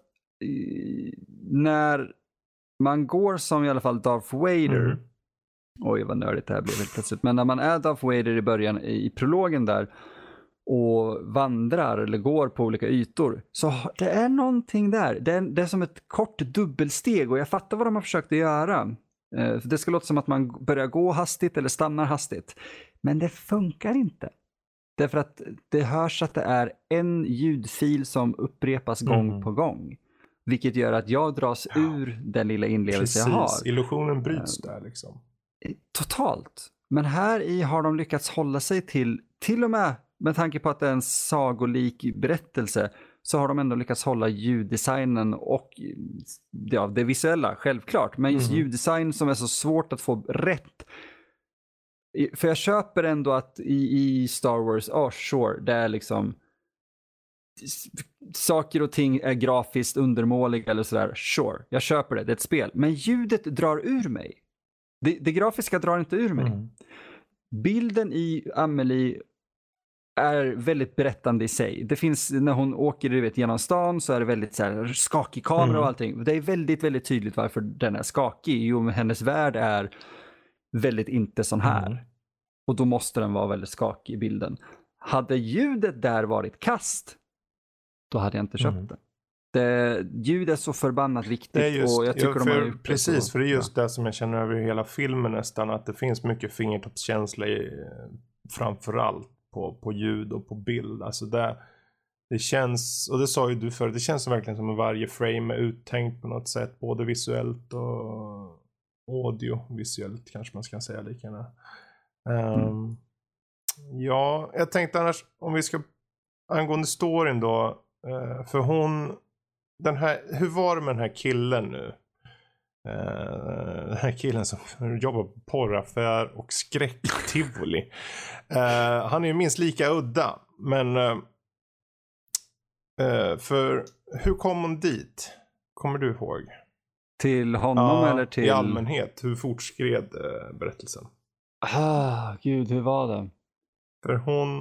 när man går som i alla fall Darth Vader, oj vad nördigt det här blev helt plötsligt, men när man är Darth Vader i början i prologen där och vandrar eller går på olika ytor, så det är någonting där. Det är som ett kort dubbelsteg, och jag fattar vad de har försökt att göra. Det ska låta som att man börjar gå hastigt eller stannar hastigt. Men det funkar inte. Därför att det hörs att det är en ljudfil som upprepas gång på gång. Vilket gör att jag dras ur den lilla inlevelse jag har. Illusionen bryts där liksom. Totalt. Men här i har de lyckats hålla sig till och med tanke på att det är en sagolik berättelse, så har de ändå lyckats hålla ljuddesignen och det visuella, självklart. Men just ljuddesign som är så svårt att få rätt. För jag köper ändå att i Star Wars, sure, det är liksom saker och ting är grafiskt undermåliga eller sådär. Sure, jag köper det är ett spel. Men ljudet drar ur mig. Det grafiska drar inte ur mig. Bilden i Amelie är väldigt berättande i sig. Det finns, när hon åker genom stan så är det väldigt så här, skakig kamera och allting. Det är väldigt, väldigt tydligt varför den är skakig. Jo, men hennes värld är väldigt inte sån här. Och då måste den vara väldigt skakig i bilden. Hade ljudet där varit kast, då hade jag inte köpt det. Ljud är så förbannat viktigt. Det är just, och jag tycker precis, för det är just det som jag känner över hela filmen nästan. Att det finns mycket fingertoppskänsla framförallt på ljud och på bild. Alltså det känns, och det sa ju du förut, det känns verkligen som att varje frame är uttänkt på något sätt. Både visuellt och audiovisuellt kanske man ska säga lika gärna. Ja, jag tänkte annars om vi ska angående storyn då, för hur var det med den här killen nu? Den här killen som jobbar på porraffär och skräcktivoli. Han är ju minst lika udda, men för hur kom hon dit? Kommer du ihåg? Till honom eller till... i allmänhet. Hur fortskred berättelsen? Gud, hur var det? För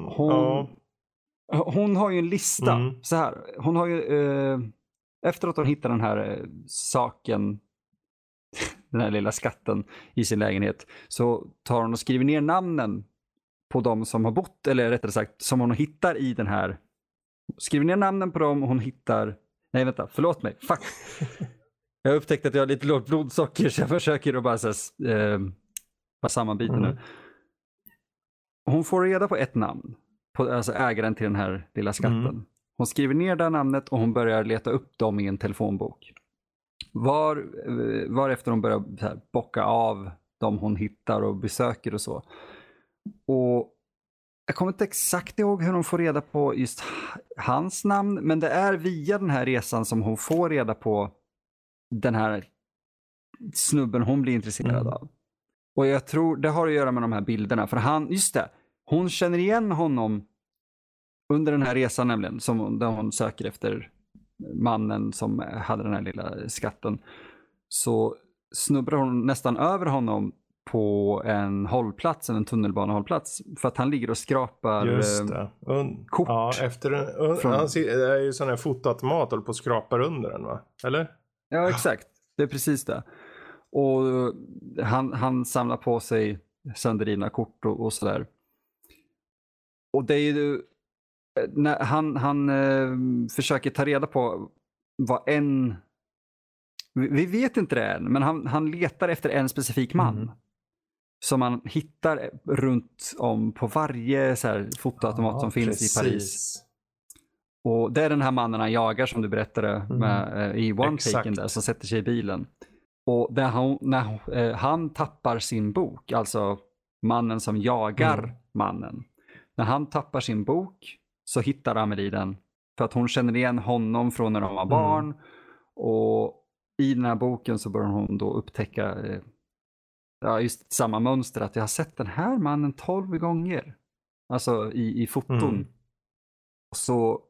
hon har ju en lista. Så här, hon har ju efter att hon hittar den här saken, den här lilla skatten i sin lägenhet, så tar hon och skriver ner namnen på de som har bott, eller rättare sagt som hon hittar i den här. Skriver ner namnen på dem och hon hittar... Nej, vänta, förlåt mig. Fuck. Jag har upptäckt att jag har lite lågt blodsocker, så jag försöker att bara vara sammanbiten nu. Hon får reda på ett namn, alltså ägaren till den här lilla skatten. Hon skriver ner det namnet och hon börjar leta upp dem i en telefonbok. Varefter hon börjar så här, bocka av dem hon hittar och besöker och så. Och jag kommer inte exakt ihåg hur hon får reda på just hans namn, men det är via den här resan som hon får reda på den här snubben hon blir intresserad av. Och jag tror det har att göra med de här bilderna, för hon känner igen honom under den här resan nämligen, där hon söker efter mannen som hade den här lilla skatten. Så snubblar hon nästan över honom på en hållplats, en tunnelbanehållplats, för att han ligger och skrapar kort. Ja, han är ju sån här fotoautomat, håller på att skrapar under den, va? Eller? Ja, exakt. Det är precis det. Och han samlar på sig sönderrivna kort och sådär. Och det är ju när han försöker ta reda på vad vi vet inte det än, men han letar efter en specifik man som man hittar runt om på varje så här fotoautomat som finns i Paris. Och det är den här mannen han jagar som du berättade i one-taken där, som sätter sig i bilen. Och när han tappar sin bok, alltså mannen som jagar mannen. När han tappar sin bok så hittar Amelie den. För att hon känner igen honom från när de var barn. Och i den här boken så börjar hon då upptäcka just samma mönster. Att jag har sett den här mannen 12 gånger. Alltså i foton. Så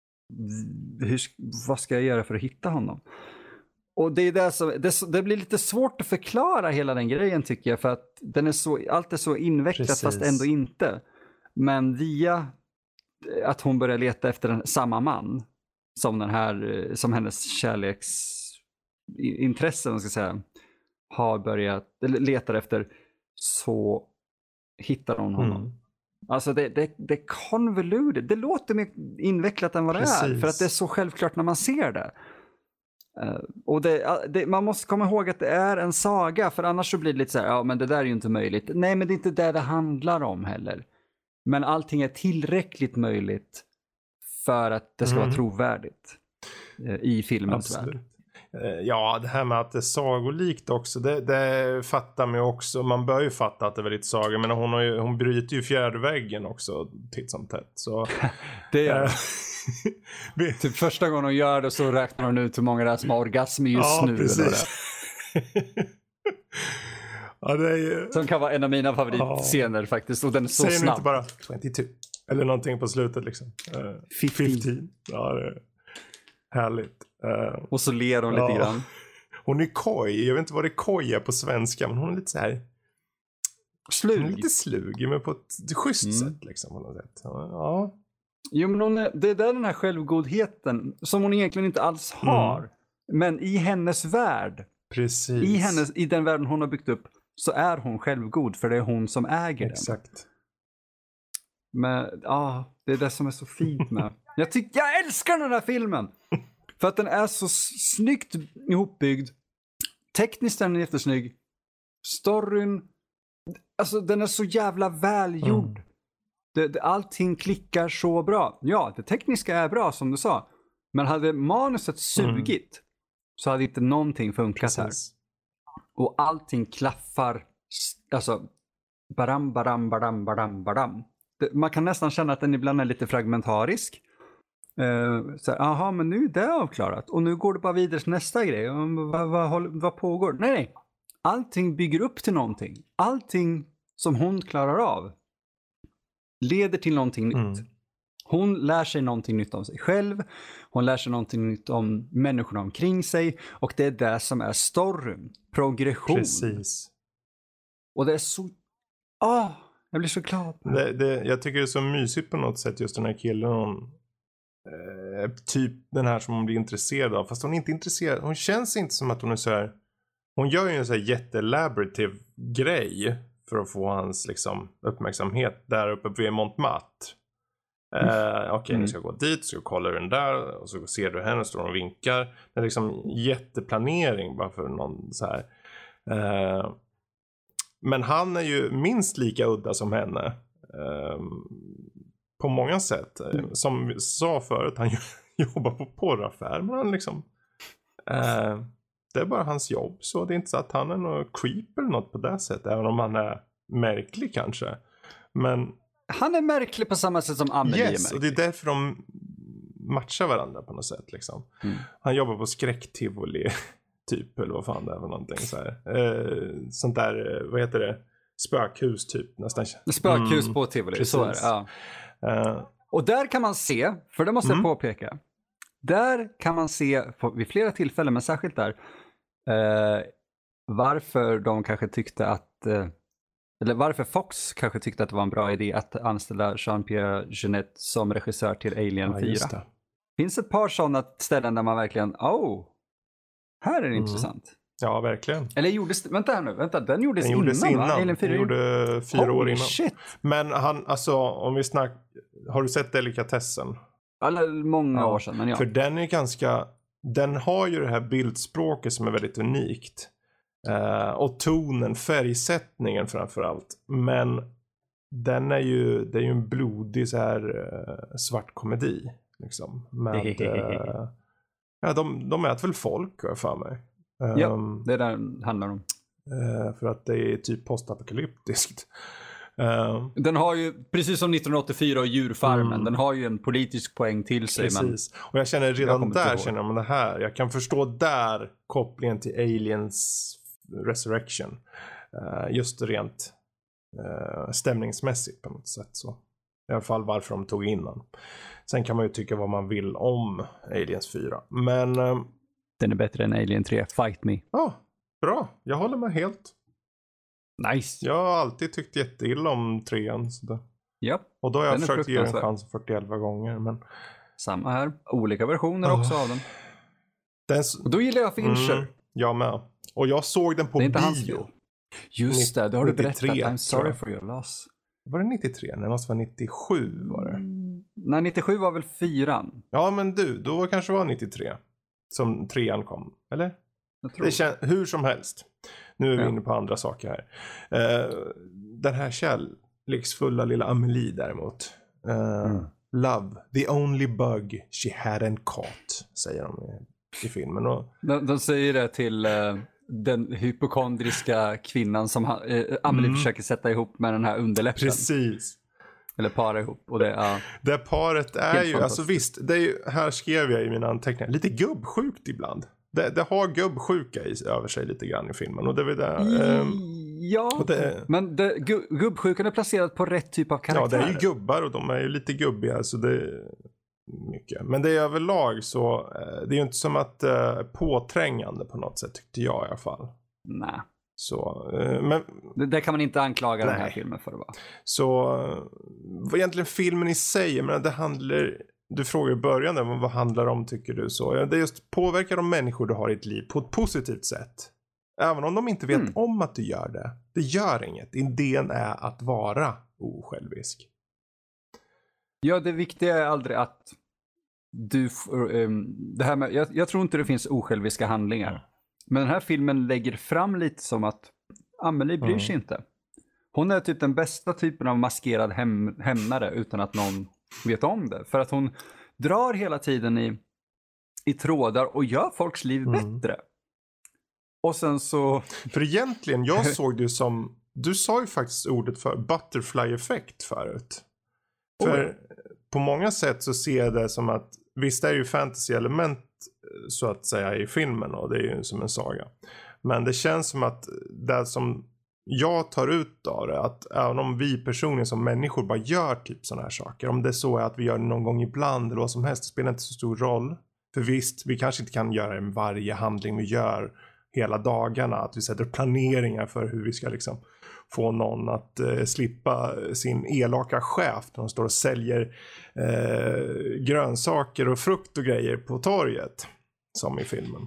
vad ska jag göra för att hitta honom? Och det är det blir lite svårt att förklara hela den grejen, tycker jag, för att allt är så invecklat fast ändå inte. Men via att hon börjar leta efter samma man som hennes kärleksintresse, man ska säga, har börjat letar efter, så hittar hon honom. Alltså det är convoluted. Det låter mer invecklat än vad det är, för att det är så självklart när man ser det. Och man måste komma ihåg att det är en saga, för annars så blir det lite så här, men det där är ju inte möjligt. Nej, men det är inte det handlar om heller. Men allting är tillräckligt möjligt för att det ska vara trovärdigt i filmens värld. Ja, det här med att det är sagolikt också, det fattar man ju också. Man bör ju fatta att det är väldigt saga, men hon bryter ju fjärde väggen också titt som tätt. Så det gör typ första gången hon gör det så räknar hon ut hur många det är som har orgasm just nu. Precis. Ja, det är ju... Som kan vara en av mina favoritscener faktiskt. Och den är så säger snabb. Inte bara 22 eller någonting på slutet liksom. 15. Ja, det är härligt. Och så ler hon lite grann. Hon är koj. Jag vet inte vad det koj är på svenska, men hon är lite så här slug. Hon är lite slug, men på ett schysst sätt liksom på något sätt. Ja. Jo, men det är där den här självgodheten som hon egentligen inte alls har. Men i hennes värld. Precis. I den världen hon har byggt upp så är hon självgod, för det är hon som äger den. Exakt. Men det är det som är så fint med. Jag älskar den här filmen. För att den är så snyggt ihopbyggd. Tekniskt är den jättesnygg. Storyn, alltså den är så jävla välgjord. Allting klickar så bra. Ja, det tekniska är bra som du sa. Men hade manuset sugit så hade inte någonting funkat här. Och allting klaffar. Alltså badam. Man kan nästan känna att den ibland är lite fragmentarisk. Men nu är det avklarat. Och nu går det bara vidare till nästa grej. Vad pågår? Nej. Allting bygger upp till någonting. Allting som hon klarar av leder till någonting nytt. Hon lär sig någonting nytt om sig själv. Hon lär sig någonting nytt om människorna omkring sig. Och det är det som är storyn. Progression. Precis. Och det är så... jag blir så glad. Jag tycker det är så mysigt på något sätt, just den här killen. Typ den här som hon blir intresserad av. Fast hon är inte intresserad. Hon känns inte som att hon är så här... Hon gör ju en så här jättelaborativ grej för att få hans liksom uppmärksamhet där uppe vid Montmartre. Okej, ni ska gå dit, så kolla den där, och så ser du henne, står och vinkar. Det är liksom jätteplanering bara för någon så här. Men han är ju minst lika udda som henne. På många sätt. Som vi sa förut, han jobbar på porraffär, men han liksom... det är bara hans jobb, så det är inte så att han är någon creep eller något på det sättet, även om han är märklig kanske. Men han är märklig på samma sätt som Amelie är märklig. Och det är därför de matchar varandra på något sätt liksom. Han jobbar på skräcktivoli typ, eller vad fan det är för någonting så här. Sånt där, vad heter det? Spökhus typ nästan. Spökhus på tivoli, precis. Så är det. Ja. Och där kan man se, för det måste jag påpeka. Där kan man se vid flera tillfällen, men särskilt där, varför de kanske tyckte att, eller varför Fox kanske tyckte att det var en bra idé att anställa Jean-Pierre Jeunet som regissör till Alien 4. Det finns ett par sådana ställen där man verkligen, här är det intressant. Ja, verkligen. Eller gjordes, den gjordes innan. Va? Alien 4 den gjorde 4 år innan. Shit. Men han, alltså, om vi snackar, har du sett Delikatessen? Många år sedan, men ja. För den är ganska, den har ju det här bildspråket som är väldigt unikt. Och tonen, färgsättningen framförallt. Men den är ju, det är ju en blodig så här svart komedi. Liksom. Med, de äter väl folk, har jag för mig. Ja, det är där det handlar om. För att det är typ postapokalyptiskt. Den har ju, precis som 1984 och Djurfarmen, den har ju en politisk poäng till sig. Precis. Och jag känner redan där, det här. Jag kan förstå där kopplingen till Aliens Resurrection. Just rent stämningsmässigt på något sätt. Så. I alla fall varför de tog in den. Sen kan man ju tycka vad man vill om Aliens 4. Men... den är bättre än Alien 3. Fight me. Ja, bra. Jag håller med helt. Nice. Jag har alltid tyckt jätteilla om 3:an. Yep. Och då har jag försökt ge en chans 41 gånger. Men... samma här. Olika versioner också av den. Och då gillar jag Fincher. Jag med. Och jag såg den på bio. Just det, då har du berättat. I'm sorry for your loss. Var det 93? Det måste vara 97 var det. Nej, 97 var väl 4:an. Ja, men då kanske var 93. Som 3:an kom, eller? Hur som helst. Nu är vi inne på andra saker här. Den här kärleksfulla lilla Amelie däremot. Love, the only bug she hadn't caught, säger de i filmen. Och... De säger det till den hypokondriska kvinnan som Amelie försöker sätta ihop med den här underläppen. Precis. Eller para ihop. Och det paret är ju, alltså visst, det är ju, här skrev jag i mina anteckningar, lite gubbsjukt ibland. Det har gubbsjuka över sig lite grann i filmen. Och det är det, ja, men gubbsjukan är placerad på rätt typ av karaktär. Ja, det är ju gubbar och de är ju lite gubbiga, så det är mycket. Men det är överlag så, det är ju inte som att påträngande på något sätt, tyckte jag i alla fall. Nej. Så, men... det kan man inte anklaga den här filmen för att vara. Så, vad egentligen filmen i sig, men det handlar... Du frågar i början, vad handlar det om tycker du så? Det är just påverkar de människor du har i ditt liv på ett positivt sätt. Även om de inte vet om att du gör det. Det gör inget. Idén är att vara osjälvisk. Ja, det viktiga är aldrig att du... det här med, jag tror inte det finns osjälviska handlingar. Men den här filmen lägger fram lite som att Amelie bryr sig inte. Hon är typ den bästa typen av maskerad hämnare utan att någon vet om det. För att hon drar hela tiden i trådar och gör folks liv bättre. Och sen så... För egentligen, jag såg det som... Du sa ju faktiskt ordet för butterfly effekt förut. För på många sätt så ser jag det som att... Visst är det ju fantasy-element så att säga i filmen, och det är ju som en saga. Men det känns som att det som jag tar ut av det, att även om vi personligen som människor bara gör typ sådana här saker, om det så är att vi gör det någon gång ibland eller vad som helst, det spelar inte så stor roll. För visst, vi kanske inte kan göra det med varje handling vi gör hela dagarna, att vi sätter planeringar för hur vi ska liksom få någon att slippa sin elaka chef när de står och säljer grönsaker och frukt och grejer på torget, som i filmen.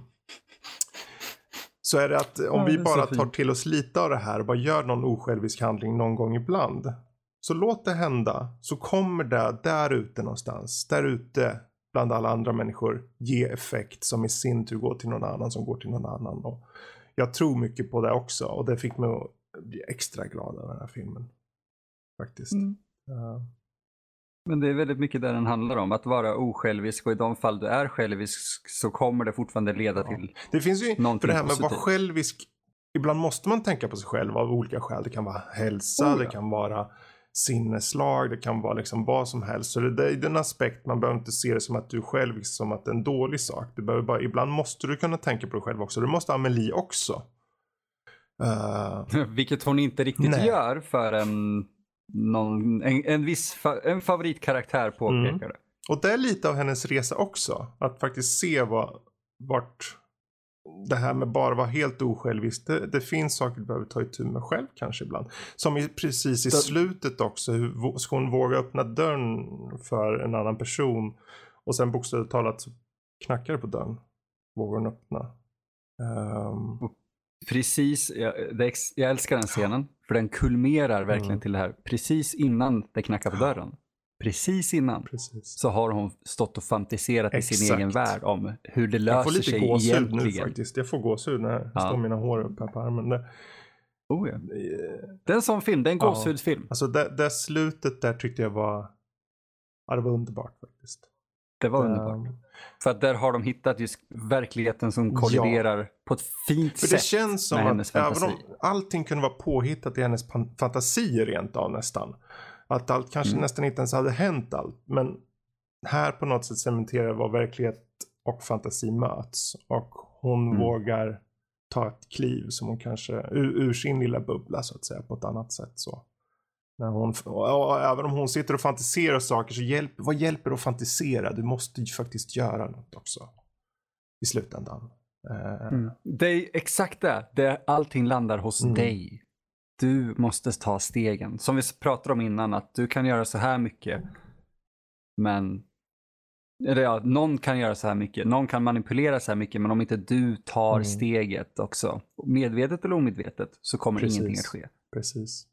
Så är det att om vi bara tar till oss lite av det här och bara gör någon osjälvisk handling någon gång ibland, så låt det hända, så kommer det där ute någonstans, där ute bland alla andra människor, ge effekt som i sin tur går till någon annan som går till någon annan. Och jag tror mycket på det också, och det fick mig att bli extra glad av den här filmen faktiskt. Men det är väldigt mycket där den handlar om, att vara osjälvisk, och i de fall du är självisk så kommer det fortfarande leda till det finns ju, för det här med att vara positivt. Självisk, ibland måste man tänka på sig själv av olika skäl. Det kan vara hälsa, det kan vara sinneslag, det kan vara liksom vad som helst. Så det är en aspekt, man behöver inte se det som att du är självisk som att det är en dålig sak. Du behöver bara, ibland måste du kunna tänka på dig själv också. Det måste Amelie också. Vilket hon inte riktigt gör för en favoritkaraktär påpekar det. Och det är lite av hennes resa också. Att faktiskt se vart det här med bara vara helt osjälvisk. Det finns saker du behöver ta itu med själv kanske ibland. Som precis i slutet också. Hur ska hon våga öppna dörren för en annan person. Och sen bokstavligt talat så knackar det på dörren. Vågar hon öppna. Precis, jag älskar den scenen. För den kulmerar verkligen till det här. Precis innan det knackar på dörren. Precis innan. Så har hon stått och fantiserat i sin egen värld om hur det löser sig egentligen. Jag får lite gåshud nu faktiskt. Jag får gåshud när jag står mina hår upp här på armen. Det är en sån film, det är en gåshudsfilm. Alltså det slutet där tyckte jag var... Ja, det var underbart faktiskt. Det var underbart. För att där har de hittat just verkligheten som kolliderar på ett fint sätt. För det känns som att även om allting kunde vara påhittat i hennes fantasi rent av nästan. Att allt kanske nästan inte ens hade hänt allt. Men här på något sätt cementerar vad verklighet och fantasi möts. Och hon vågar ta ett kliv som hon kanske ur sin lilla bubbla så att säga på ett annat sätt så. När hon, även om hon sitter och fantiserar saker så vad hjälper att fantisera? Du måste ju faktiskt göra något också i slutändan. Det är exakt det. Allting landar hos dig. Du måste ta stegen. Som vi pratade om innan, att du kan göra så här mycket. Men någon kan göra så här mycket. Någon kan manipulera så här mycket. Men om inte du tar steget också, medvetet eller omedvetet, så kommer ingenting att ske. Precis.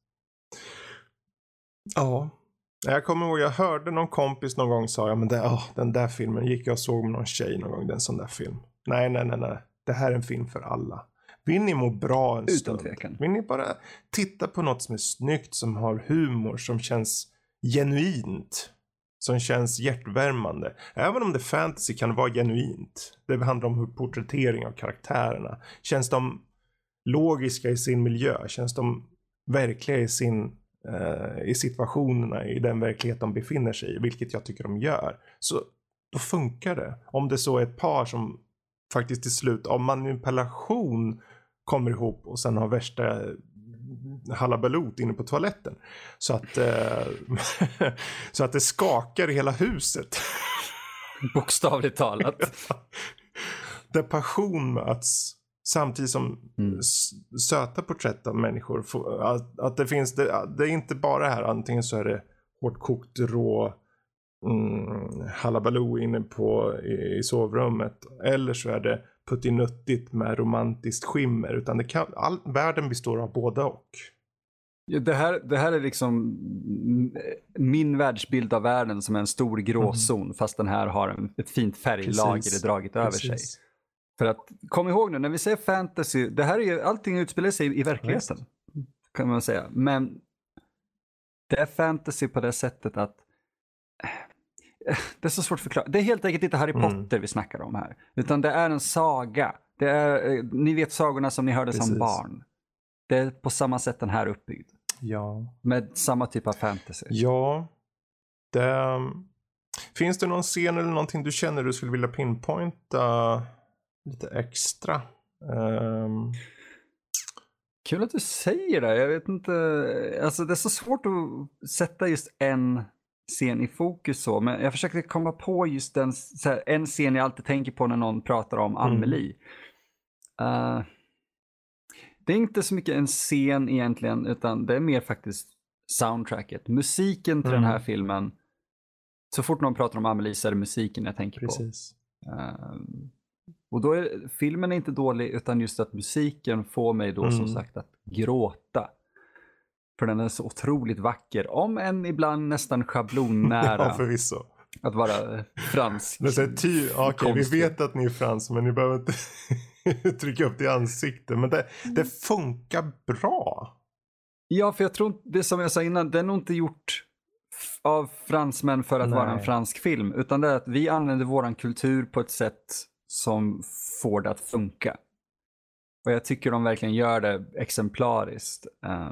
Ja, jag kommer ihåg, jag hörde någon kompis någon gång sa, men den där filmen gick jag och såg med någon tjej någon gång, den sån där film. Nej. Det här är en film för alla. Vill ni må bra en stund? Vill ni bara titta på något som är snyggt, som har humor, som känns genuint, som känns hjärtvärmande. Även om det fantasy kan vara genuint. Det handlar om hur porträttering av karaktärerna. Känns de logiska i sin miljö? Känns de verkliga i situationerna, i den verklighet de befinner sig i? Vilket jag tycker de gör. Så då funkar det. Om det så är ett par som faktiskt till slut av manipulation kommer ihop och sen har värsta halabalot inne på toaletten. Så att, så att det skakar i hela huset. Bokstavligt talat. Där passion möts samtidigt som söta porträtt av människor. Att det finns, det är inte bara här, antingen så är det hårt kokt rå halabaloo inne i sovrummet, eller så är det puttinuttigt med romantiskt skimmer, utan världen består av båda och. Ja, det här är liksom min världsbild av världen som är en stor gråzon, fast den här har ett fint färglager dragit över sig. För att kom ihåg nu, när vi säger fantasy, det här är ju, allting utspelar sig i verkligheten, kan man säga. Men det är fantasy på det sättet att det är så svårt att förklara. Det är helt enkelt inte Harry Potter vi snackar om här, utan det är en saga. Det är, ni vet sagorna som ni hörde som barn. Det är på samma sätt den här uppbyggd. Ja. Med samma typ av fantasy. Ja. Finns det någon scen eller någonting du känner du skulle vilja pinpointa lite extra? Kul att du säger det. Jag vet inte. Alltså det är så svårt att sätta just en scen i fokus så. Men jag försökte komma på just en scen jag alltid tänker på när någon pratar om Amelie. Det är inte så mycket en scen egentligen, utan det är mer faktiskt soundtracket. Musiken till den här filmen. Så fort någon pratar om Amelie så är det musiken jag tänker på. Och då är filmen inte dålig, utan just att musiken får mig då som sagt att gråta. För den är så otroligt vacker. Om än ibland nästan schablonnära. Ja, förvisso. Att vara fransk. Okej, vi vet att ni är fransk, men ni behöver inte trycka upp det i ansiktet. Men det funkar bra. Ja, för jag tror det som jag sa innan, det är nog inte gjort av fransmän för att vara en fransk film. Utan det är att vi använder våran kultur på ett sätt som får det att funka. Och jag tycker de verkligen gör det exemplariskt.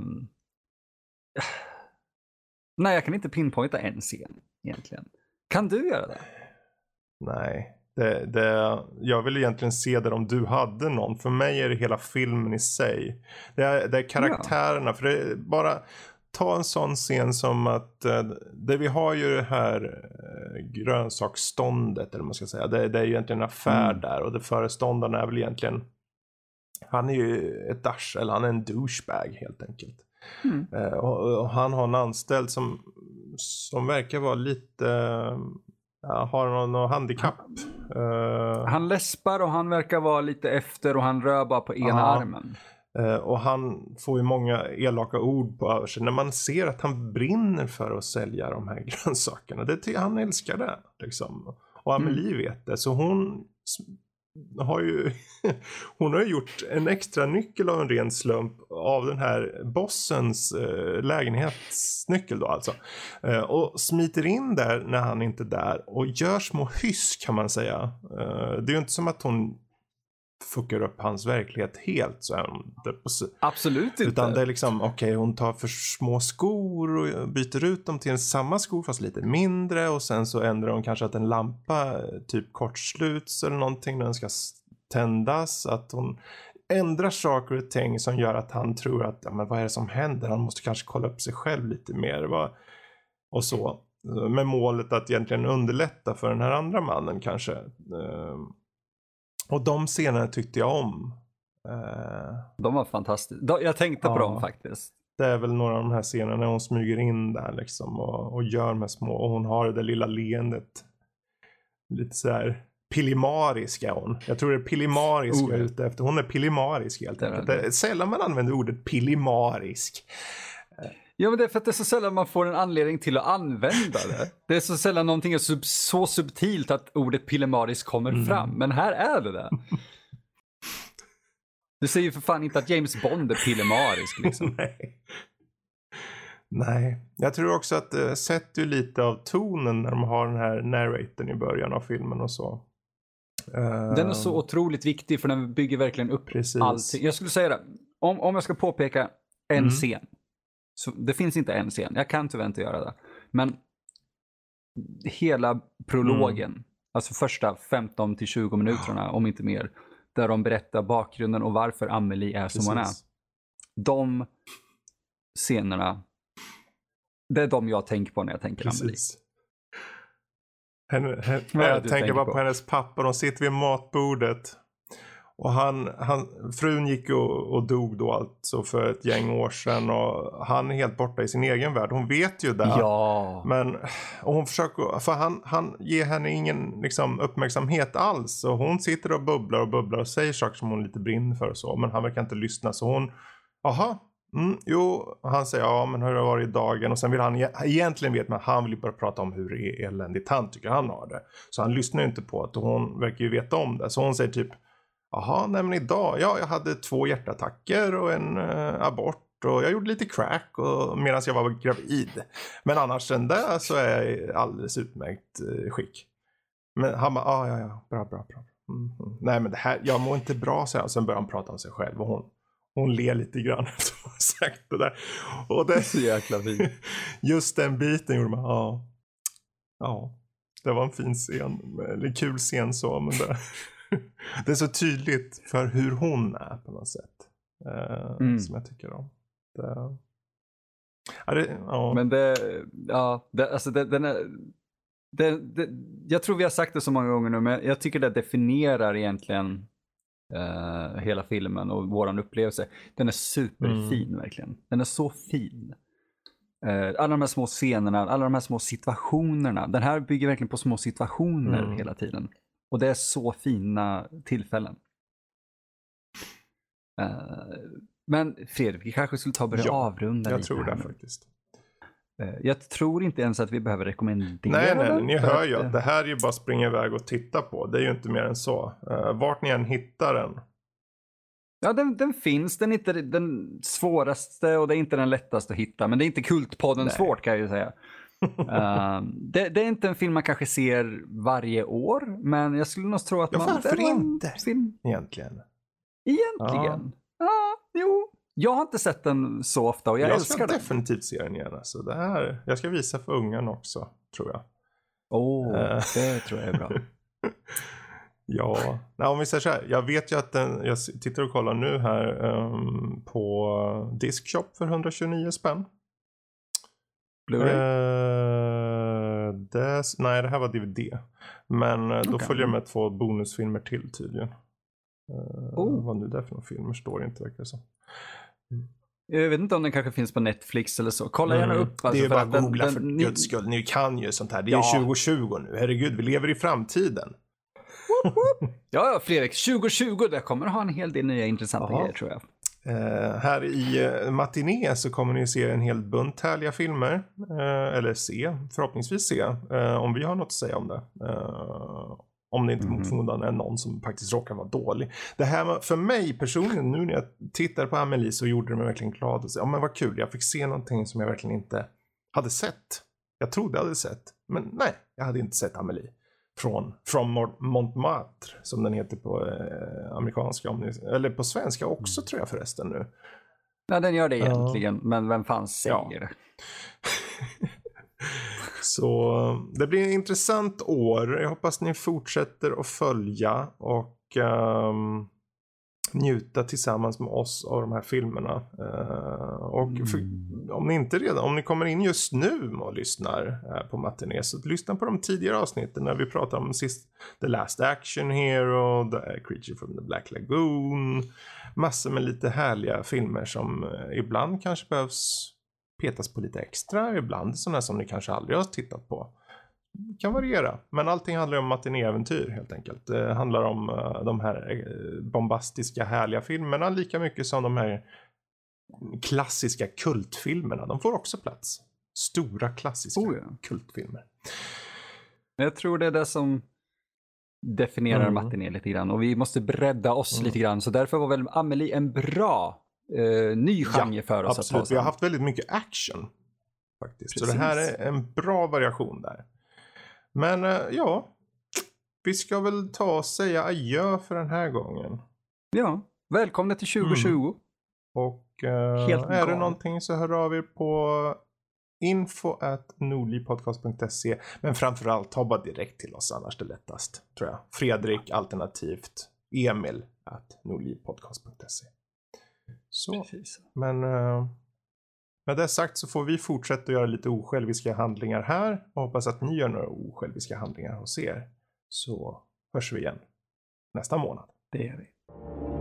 Nej, jag kan inte pinpointa en scen egentligen. Kan du göra det? Nej. Jag vill egentligen se det om du hade någon. För mig är det hela filmen i sig. Det är karaktärerna. För det är bara ta en sån scen som att det vi har ju det här grönsaksståndet, eller vad man ska säga. Det är ju egentligen en affär där. Och det föreståndaren är väl egentligen, han är ju ett dash, eller han är en douchebag helt enkelt. Och han har en anställd som verkar vara lite har någon handikapp. Han läspar och han verkar vara lite efter och han rör bara på ena armen. Och han får ju många elaka ord på över sig. När man ser att han brinner för att sälja de här grönsakerna. Han älskar det liksom. Och Amelie vet det. Så hon har ju gjort en extra nyckel av en ren slump av den här bossens lägenhetsnyckel då alltså. Och smiter in där när han inte är där och gör små hyss, kan man säga. Det är ju inte som att hon fuckar upp hans verklighet helt, så är hon absolut inte. Utan det är liksom, okej, hon tar för små skor och byter ut dem till samma skor fast lite mindre, och sen så ändrar hon kanske att en lampa typ kortsluts eller någonting när den ska tändas, att hon ändrar saker och ting som gör att han tror att men vad är det som händer, han måste kanske kolla upp sig själv lite mer och så, med målet att egentligen underlätta för den här andra mannen kanske. Och de scenerna tyckte jag om. De var fantastiska. Jag tänkte på dem faktiskt. Det är väl några av de här scenerna när hon smyger in där liksom och gör de här små. Och hon har det där lilla leendet. Lite så här pillimarisk är hon. Jag tror det är pillimarisk jag är ute efter. Hon är pillimarisk helt enkelt. Det är sällan man använder ordet pillimarisk. Ja, men det är för att det är så sällan man får en anledning till att använda det. Det är så sällan någonting är så subtilt att ordet pillemarisk kommer fram. Men här är det. Du säger ju för fan inte att James Bond är pillemarisk liksom. Nej. Nej, jag tror också att det sätter ju lite av tonen när de har den här narratorn i början av filmen och så. Den är så otroligt viktig för den bygger verkligen upp allting. Jag skulle säga det, om jag ska påpeka en scen. Så det finns inte en scen, jag kan tyvärr inte göra det. Men hela prologen, alltså första 15-20 minuterna, om inte mer, där de berättar bakgrunden och varför Amelie är som hon är. De scenerna, det är de jag tänker på när jag tänker Amelie. Jag tänker bara på hennes pappa. De sitter vid matbordet. Och frun gick och dog då alltså för ett gäng år sedan. Och han är helt borta i sin egen värld. Hon vet ju det. Ja. Men och hon försöker, för han ger henne ingen liksom, uppmärksamhet alls. Och hon sitter och bubblar och säger saker som hon lite brinner för och så. Men han verkar inte lyssna. Så hon, han säger ja, men hur har det varit i dagen? Och sen vill han egentligen veta, men han vill ju bara prata om hur eländigt han tycker han har det. Så han lyssnar ju inte på att hon verkar ju veta om det. Så hon säger typ, nej men idag, jag hade 2 hjärtattacker och en abort. Och jag gjorde lite crack medan jag var gravid. Men annars sen där så är jag alldeles utmärkt skick. Men han bara, bra. Nej men det här, jag mår inte bra, så sen börjar han prata om sig själv och hon ler lite grann efter att ha sagt det där. Och det är så jäkla fint. Just den biten gjorde man, det var en fin scen, eller kul scen så, men det är så tydligt för hur hon är på något sätt. Som jag tycker om. Men den är... jag tror vi har sagt det så många gånger nu, men jag tycker det definierar egentligen hela filmen och våran upplevelse. Den är superfin verkligen. Den är så fin. Alla de här små scenerna, alla de här små situationerna. Den här bygger verkligen på små situationer hela tiden. Och det är så fina tillfällen. Men Fredrik, vi kanske skulle börja avrunda lite. Jag tror det faktiskt. Jag tror inte ens att vi behöver rekommendera den. Nej, ni hör ju att det här är ju bara springa iväg och titta på. Det är ju inte mer än så. Vart ni än hittar den. Ja, den finns. Den är inte den svåraste och det är inte den lättaste att hitta. Men det är inte Kultpodden svårt, kan jag ju säga. Det är inte en film man kanske ser varje år. Men jag skulle nog tro att varför inte? Egentligen. Jo. Jag har inte sett den så ofta och jag älskar den. Jag ska definitivt se den igen. Alltså. Det här, jag ska visa för ungarna också, tror jag. Det tror jag är bra. Ja, om vi säger så här. Jag vet ju att jag tittar och kollar nu här på Discshop för 129 spänn. Blu-ray? Nej, det här var DVD. Men då följer med 2 bonusfilmer till tydligen. Vad nu det är för några filmer står inte, verkar det som. Jag vet inte om den kanske finns på Netflix eller så. Kolla gärna upp. Alltså, det är bara att googla för guds skull. Ni kan ju sånt här. Det är 2020 nu. Herregud, vi lever i framtiden. Ja, Fredrik. 2020, där kommer att ha en hel del nya intressanta grejer, tror jag. Här i Matiné så kommer ni se en hel bunt härliga filmer. Eller förhoppningsvis se. Om vi har något att säga om det. Om det inte mot förmodan är någon som faktiskt råkar vara dålig. Det här för mig personligen, nu när jag tittar på Amelie, så gjorde det mig verkligen glad. Men vad kul, jag fick se någonting som jag verkligen inte hade sett. Jag trodde jag hade sett, men nej, jag hade inte sett Amelie. Från Montmartre, som den heter på amerikanska, eller på svenska också tror jag förresten nu. Ja, den gör det egentligen, men vem fan säger det? Så det blir ett intressant år. Jag hoppas ni fortsätter att följa och njuta tillsammans med oss av de här filmerna. Och om ni kommer in just nu och lyssnar på Matiné, så lyssna på de tidigare avsnitten när vi pratar om The Last Action Hero, The Creature from the Black Lagoon, massor med lite härliga filmer som ibland kanske behövs petas på lite extra, ibland sådana som ni kanske aldrig har tittat på. Det kan variera, men allting handlar om matinéäventyr helt enkelt. Det handlar om de här bombastiska härliga filmerna lika mycket som de här klassiska kultfilmerna. De får också plats. Stora klassiska kultfilmer. Jag tror det är det som definierar matiné lite grann, och vi måste bredda oss lite grann, så därför var väl Amelie en bra ny genre för oss. Absolut. Vi har haft väldigt mycket action. faktiskt. Precis. Så det här är en bra variation där. Men ja, vi ska väl ta och säga adjö för den här gången. Ja, välkomna till 2020. Och Helt är det galet. någonting så hör av er på info@nordlivpodcast.se. Men framförallt ta bara direkt till oss, annars det är lättast, tror jag. Fredrik alternativt Emil @nordlivpodcast.se. Så, Precis. men med det sagt så får vi fortsätta att göra lite osjälviska handlingar här. Och hoppas att ni gör några osjälviska handlingar hos er. Så hörs vi igen nästa månad. Det är vi.